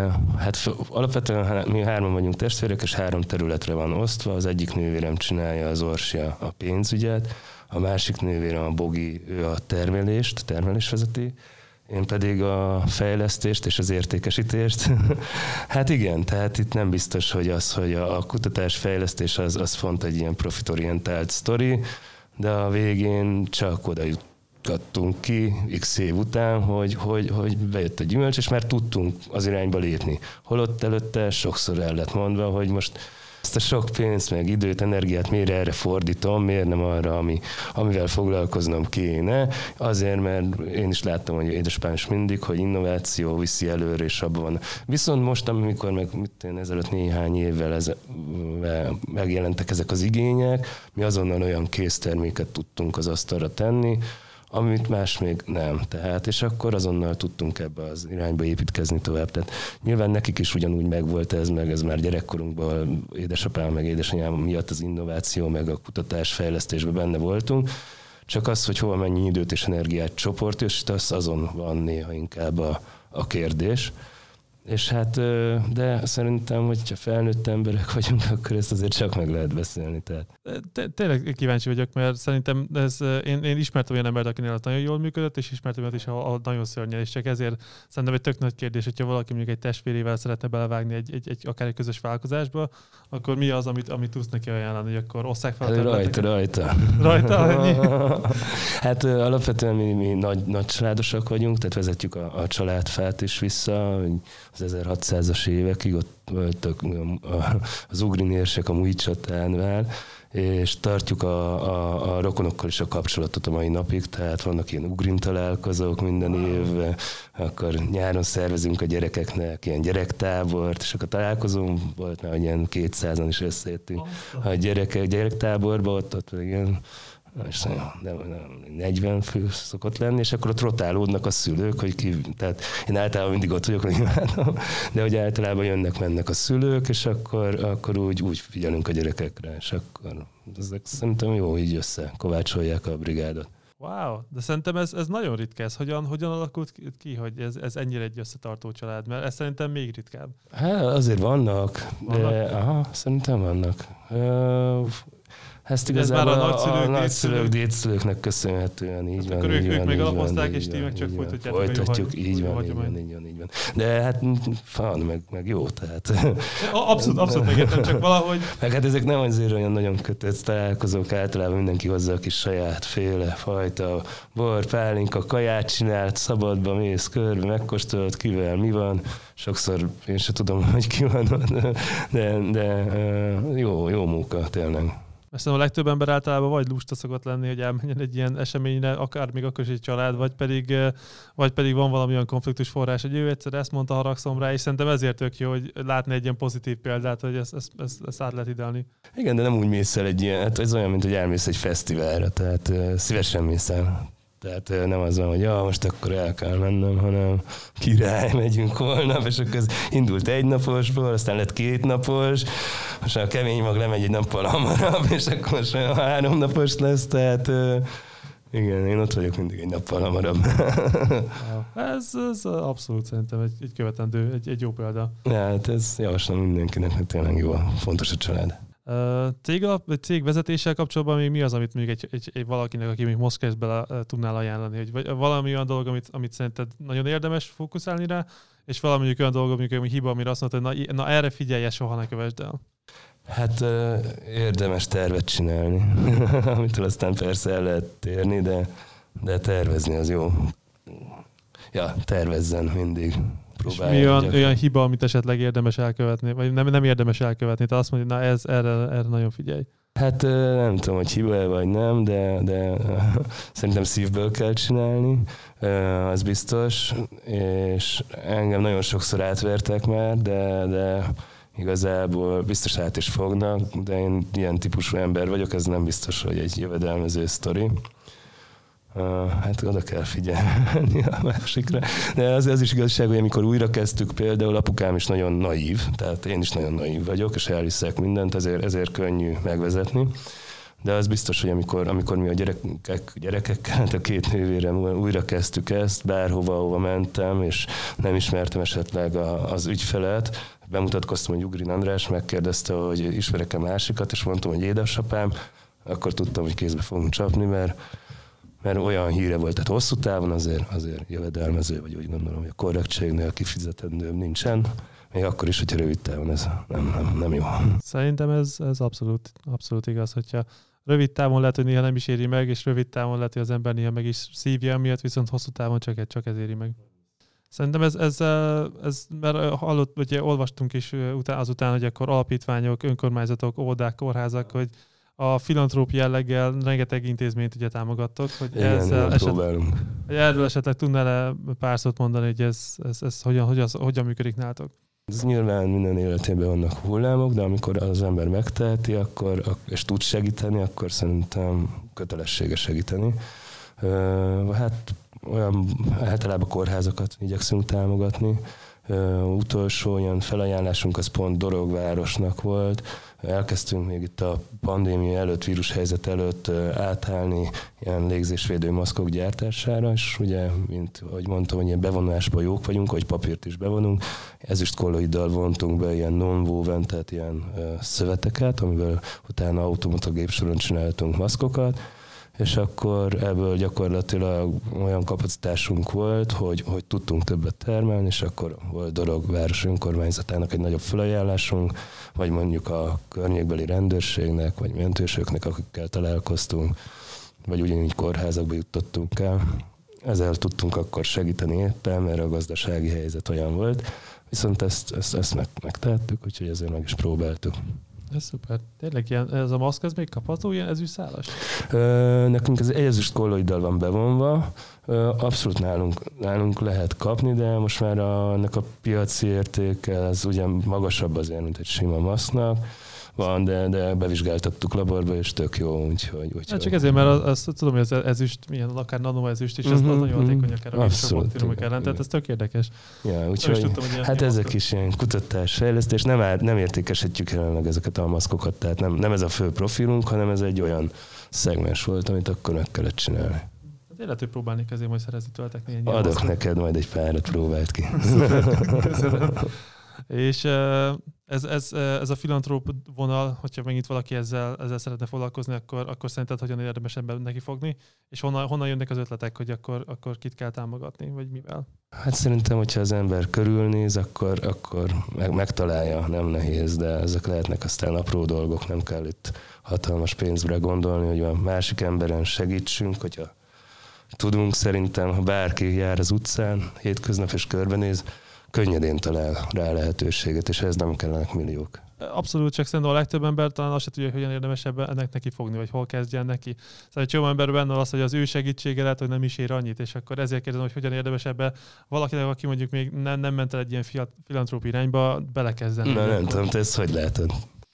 hát alapvetően mi hárman vagyunk testvérek, és három területre van osztva. Az egyik nővérem csinálja, az Orsia a pénzügyet, a másik nővérem, a Bogi, ő a termelést, termelés vezeti, én pedig a fejlesztést és az értékesítést. Hát igen, tehát itt nem biztos, hogy az, hogy a kutatás fejlesztés az, az font egy ilyen profitorientált sztori, de a végén csak oda jut adtunk ki x év után, hogy, hogy, hogy bejött a gyümölcs, és már tudtunk az irányba lépni. Holott előtte sokszor el lett mondva, hogy most ezt a sok pénzt, meg időt, energiát miért erre fordítom, miért nem arra, ami, amivel foglalkoznom kéne. Azért, mert én is láttam, hogy édesapám is mindig, hogy innováció viszi előre, és abban van. Viszont most, amikor meg mit én ezelőtt néhány évvel ez, megjelentek ezek az igények, mi azonnal olyan készterméket tudtunk az asztalra tenni, amit más még nem. Tehát, és akkor azonnal tudtunk ebbe az irányba építkezni tovább. Tehát nyilván nekik is ugyanúgy megvolt ez, meg ez már gyerekkorunkban édesapám meg édesanyám miatt az innováció, meg a kutatás fejlesztésben benne voltunk. Csak az, hogy hova mennyi időt és energiát csoportosítasz, azon van néha inkább a, a kérdés. És hát, de szerintem, hogyha felnőtt emberek vagyunk, akkor ezt azért csak meg lehet beszélni. Tehát. Tényleg kíváncsi vagyok, mert szerintem ez, én, én ismertem olyan embert, akinél az nagyon jól működött, és ismertem olyat is, ahol nagyon szörnyen, és csak ezért szerintem egy tök nagy kérdés, hogyha valaki mondjuk egy testvérével szeretne belevágni egy, egy, egy akár egy közös vállalkozásba, akkor mi az, amit, amit tudsz neki ajánlani, hogy akkor osszák fel a területeket? Rajta, rajta. Rajta? Hát alapvetően mi, mi nagy, nagy családosak vagyunk, tehát vezetjük a, a családfát is vissza, az ezerhatszázas évekig ott voltak az ugri nérsek a Múj csatánál, és tartjuk a, a, a rokonokkal is a kapcsolatot a mai napig, tehát vannak ilyen ugrin találkozók minden évben, akkor nyáron szervezünk a gyerekeknek ilyen gyerektábort, és akkor találkozunk, volt már, hogy ilyen kétszázan is összejöttünk a gyerekek gyerektáborba, ott, ott igen, nem, nem, negyven fő szokott lenni, és akkor ott rotálódnak a szülők, hogy ki, tehát én általában mindig ott vagyok, hogy imádom, de hogy általában jönnek-mennek a szülők, és akkor, akkor úgy, úgy figyelünk a gyerekekre, és akkor ezek szerintem jó, így összekovácsolják a brigádot. Wow, de szerintem ez, ez nagyon ritka. Ez hogyan, hogyan alakult ki, hogy ez, ez ennyire egy összetartó család? Mert ez szerintem még ritkább. Hát azért vannak, vannak? De aha, szerintem vannak. Uh, Ezt igazából a nagyszülők, a nagyszülők, dédszülőknek köszönhetően így van. Akkor így ők, van, ők még alapozták, van, és ti meg csak folytatjátok. Folytatjuk, így van, így van, így van, így van. De hát fan, meg, meg jó, tehát. Abszolút, abszolút megértem, csak valahogy. Meg hát ezek nem azért olyan nagyon kötött találkozók, általában mindenki hozzá a kis saját féle fajta bor, pálinka, kaját csinált, szabadba mész körbe, megkóstolod, kivel mi van. Sokszor én sem tudom, hogy ki van, de, de jó, jó munka tényleg. Azt a legtöbb ember általában vagy lusta szokott lenni, hogy elmenjen egy ilyen eseményre, akár még akkor is egy család, vagy pedig, vagy pedig van valamilyen konfliktus forrás, hogy ő egyszer ezt mondta, haragszom rá, és szerintem ezért tök jó, hogy látni egy ilyen pozitív példát, hogy ezt, ezt, ezt, ezt át lehet ideálni. Igen, de nem úgy mész el egy ilyen, hát ez olyan, mint hogy elmész egy fesztiválra, tehát uh, szívesen mész el. Tehát uh, nem az van, hogy ja, most akkor el kell mennem, hanem király, megyünk holnap, és akkor ez indult egy naposból, aztán lett két napos, most a kemény mag lemegy egy nappal hamarabb, és akkor most három napos lesz, tehát uh, Igen, én ott vagyok mindig egy nappal hamarabb. ez, ez abszolút szerintem egy, egy követendő, egy, egy jó példa. Ja, hát ez javaslom mindenkinek, hogy tényleg jó, fontos a család. Uh, cég, cég vezetéssel kapcsolatban még mi az, amit még egy, egy, egy valakinek, aki még most kezd bele, uh, tudnál ajánlani? Hogy vagy valami olyan dolog, amit, amit szerinted nagyon érdemes fókuszálni rá, és valami olyan dolog, mondjuk, ami hiba, amire azt mondta, hogy na, na erre figyelj, soha ne kövesd el. Hát uh, érdemes tervet csinálni, amitől aztán persze el lehet térni, de, de tervezni az jó. Ja, tervezzen mindig. És mi olyan, olyan hiba, amit esetleg érdemes elkövetni, vagy nem, nem érdemes elkövetni? Tehát azt mondja, na ez, erre, erre nagyon figyelj. Hát nem tudom, hogy hiba vagy nem, de, de szerintem szívből kell csinálni, az biztos, és engem nagyon sokszor átvertek már, de, de igazából biztos át is fognak, de én ilyen típusú ember vagyok, ez nem biztos, hogy egy jövedelmező sztori. Uh, hát oda kell figyelni a másikra. De az, az is igazság, hogy amikor újra kezdtük, például apukám is nagyon naív, tehát én is nagyon naív vagyok, és elhiszek mindent, ezért, ezért könnyű megvezetni. De az biztos, hogy amikor, amikor mi a gyerekek, gyerekekkel, hát a két nővérem újra kezdtük ezt, bárhova, ahova mentem, és nem ismertem esetleg a, az ügyfelet, bemutatkoztam, hogy Ugrin András, megkérdezte, hogy ismerek-e másikat, és mondtam, hogy édesapám, akkor tudtam, hogy kézbe fogunk csapni, mert mert olyan híre volt, tehát hosszú távon azért, azért jövedelmező, vagy úgy gondolom, hogy a korrektségnél kifizetendőbb nincsen, még akkor is, hogyha rövid távon ez nem, nem, nem jó. Szerintem ez, ez abszolút, abszolút igaz, hogyha rövid távon lehet, hogy néha nem is éri meg, és rövid távon lehet, hogy az ember néha meg is szívja miatt, viszont hosszú távon csak, csak ez éri meg. Szerintem ez, ez, ez mert hallott, ugye olvastunk is azután, hogy akkor alapítványok, önkormányzatok, óvodák, kórházak, hogy a filantróp jelleggel rengeteg intézményt ugye támogattok, hogy igen, ezzel eset, hogy erről esetleg tudnál-e pár szót mondani, hogy ez, ez, ez hogyan, hogyan, hogyan működik nálatok? Ez nyilván minden életében vannak hullámok, de amikor az ember megteheti, akkor, és tud segíteni, akkor szerintem kötelessége segíteni. Hát olyan általában kórházakat igyekszünk támogatni. Uh, utolsó ilyen felajánlásunk az pont Dorogvárosnak volt. Elkezdtünk még itt a pandémia előtt, vírushelyzet előtt uh, átállni ilyen légzésvédő maszkok gyártására, és ugye, mint ahogy mondtam, hogy ilyen bevonásban jók vagyunk, hogy papírt is bevonunk. Ezüst kolloiddal vontunk be ilyen non-woven, tehát ilyen uh, szöveteket, amivel utána automata gépsoron csináltunk maszkokat, és akkor ebből gyakorlatilag olyan kapacitásunk volt, hogy, hogy tudtunk többet termelni, és akkor volt Dorog város önkormányzatának egy nagyobb felajánlásunk, vagy mondjuk a környékbeli rendőrségnek, vagy mentősöknek, akikkel találkoztunk, vagy ugyanígy kórházakba jutottunk el. Ezzel tudtunk akkor segíteni éppen, mert a gazdasági helyzet olyan volt, viszont ezt, ezt, ezt meg, megtehettük, úgyhogy ezért meg is próbáltuk. Ez szuper. Tényleg ilyen, ez a maszk, ez még kapható, ilyen ezüstszálas? Nekünk ez egy ezüst kolloiddal van bevonva. Ö, abszolút nálunk, nálunk lehet kapni, de most már a, ennek a piaci értéke az ugye magasabb azért, mint egy sima maszknak. Van, de, de bevizsgáltattuk laborba, és tök jó, úgyhogy... úgyhogy hát csak ezért, mert azt az, tudom, hogy az ezüst, milyen akár nanoezüst is, uh-huh, az nagyon hatékony akár a baktériumok ellen, tehát ez tök érdekes. Ja, úgyhogy tudtam, hát ezek maszkot. Is ilyen kutatás, fejlesztés, nem, ár, nem értékesítjük jelenleg ezeket a maszkokat, tehát nem, nem ez a fő profilunk, hanem ez egy olyan szegmens volt, amit akkor meg kellett csinálni. Hát én lehet, hogy próbálnék azért majd szerezni tőletek néhány Adok maszkot. Neked majd egy párat, próbáld ki. Köszönöm. És ez, ez, ez a filantróp vonal, hogyha megint valaki ezzel, ezzel szeretne foglalkozni, akkor, akkor szerinted hogyan érdemes ebben neki fogni? És honnan, honnan jönnek az ötletek, hogy akkor, akkor kit kell támogatni, vagy mivel? Hát szerintem, hogyha az ember körülnéz, akkor, akkor meg, megtalálja, nem nehéz, de ezek lehetnek aztán apró dolgok, nem kell itt hatalmas pénzre gondolni, hogy a másik emberen segítsünk, hogyha tudunk, szerintem, ha bárki jár az utcán, hétköznap és körbenéz, könnyedén talál rá lehetőséget, és ez nem kellenek milliók. Abszolút, csak szerintem a legtöbb ember talán azt se tudja, hogy hogyan érdemes ebben ennek neki fogni, vagy hol kezdjen neki. Szóval egy csomó ember benne az, hogy az ő segítsége lehet, hogy nem is ér annyit, és akkor ezért kérdezem, hogy hogyan érdemes ebbe valakinek, aki mondjuk még nem, nem ment el egy ilyen filantróp irányba, belekezden. Na nem tudom, te ezt hogy látod?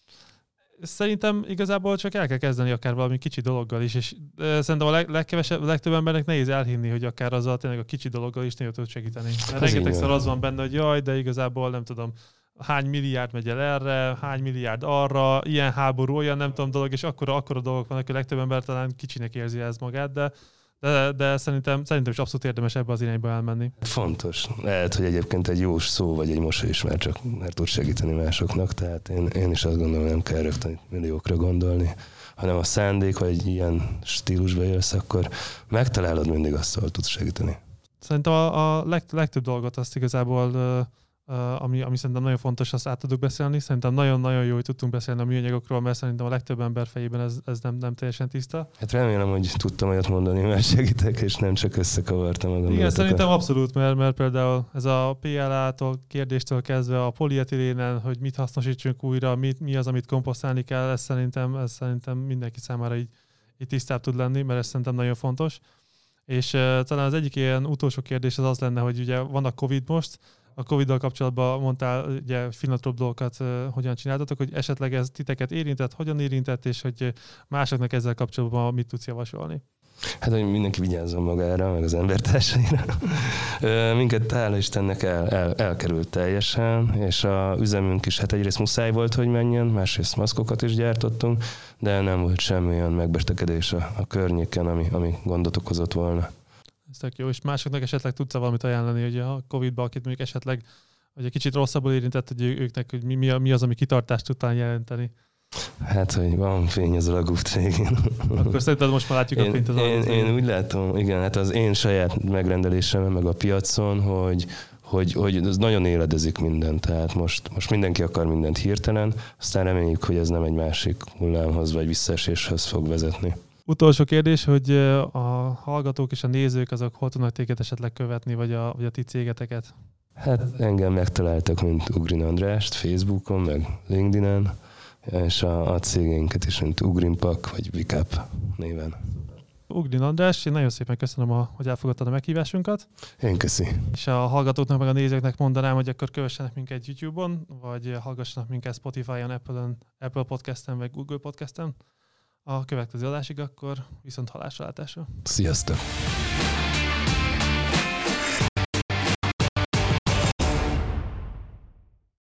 Szerintem igazából csak el kell kezdeni akár valami kicsi dologgal is, és szerintem a leg, legkevesebb, legtöbb embernek nehéz elhinni, hogy akár azzal tényleg a kicsi dologgal is nagyon tud segíteni. Mert rengetegszer az van benne, hogy jaj, de igazából nem tudom, hány milliárd megy el erre, hány milliárd arra, ilyen háború, olyan nem tudom dolog, és akkora, akkora dolgok vannak, hogy a legtöbb ember talán kicsinek érzi ez magát, de De, de szerintem, szerintem is abszolút érdemes ebbe az irányba elmenni. Fontos. Lehet, hogy egyébként egy jó szó vagy egy mosoly is már csak már tud segíteni másoknak, tehát én, én is azt gondolom, nem kell rögtön milliókra gondolni, hanem a szándék, hogy egy ilyen stílusba élsz, akkor megtalálod mindig azt, ahol tudsz segíteni. Szerintem a, a leg, legtöbb dolgot azt igazából, uh, uh, ami, ami szerintem nagyon fontos, azt át tudok beszélni. Szerintem nagyon-nagyon jó, hogy tudtunk beszélni a műanyagokról, mert szerintem a legtöbb ember fejében ez, ez nem, nem teljesen tiszta. Hát remélem, hogy tudtam olyat mondani, mert segítek, és nem csak összekavartam a gondolatokat. Igen, szerintem abszolút, mert, mert például ez a pé el á-tól kérdéstől kezdve a polietilénen, hogy mit hasznosítsunk újra, mit, mi az, amit komposztálni kell, ez szerintem, ez szerintem mindenki számára így, így tisztább tud lenni, mert ez szerintem nagyon fontos. És uh, talán az egyik ilyen utolsó kérdés az az lenne, hogy ugye van a Covid most, a Coviddal kapcsolatban mondtál ugye finombb dolgokat uh, hogyan csináltatok, hogy esetleg ez titeket érintett, hogyan érintett, és hogy másoknak ezzel kapcsolatban mit tudsz javasolni? Hát, hogy mindenki vigyázzon magára, meg az embertársaira. Minket hála Istennek el, el, elkerült teljesen, és a üzemünk is, hát egyrészt muszáj volt, hogy menjen, másrészt maszkokat is gyártottunk, de nem volt semmi olyan megbetegedés a, a környéken, ami, ami gondot okozott volna. Ez tök jó, és másoknak esetleg tudsz valamit ajánlani, hogy a Covid-ban, akit mondjuk esetleg hogy egy kicsit rosszabbul érintett, hogy őknek hogy mi, mi az, ami kitartást tudtál jelenteni? Hát, hogy van fény az alagút végén. Akkor szerinted most már látjuk én, a fényt az alagút végén. Én úgy látom, igen, hát az én saját megrendelésem, meg a piacon, hogy, hogy, hogy ez nagyon éledezik minden. Tehát most, most mindenki akar mindent hirtelen, aztán reméljük, hogy ez nem egy másik hullámhoz vagy visszaeséshez fog vezetni. Utolsó kérdés, hogy a hallgatók és a nézők azok hol tudnak téged esetleg követni, vagy a, vagy a ti cégeteket? Hát engem megtaláltak, mint Ugrin Andrást Facebookon, meg LinkedInen, és a, a cégénket is, mint Ugrinpak, vagy Vicap néven. Ugrin András, én nagyon szépen köszönöm, a, hogy elfogadtad a meghívásunkat. Én köszi. És a hallgatóknak meg a nézőknek mondanám, hogy akkor kövessenek minket YouTube-on, vagy hallgassanak minket Spotify-on, Apple-on, Apple Podcast-en, vagy Google Podcast-en. A következő adásig akkor viszont halláslátásra. Sziasztok!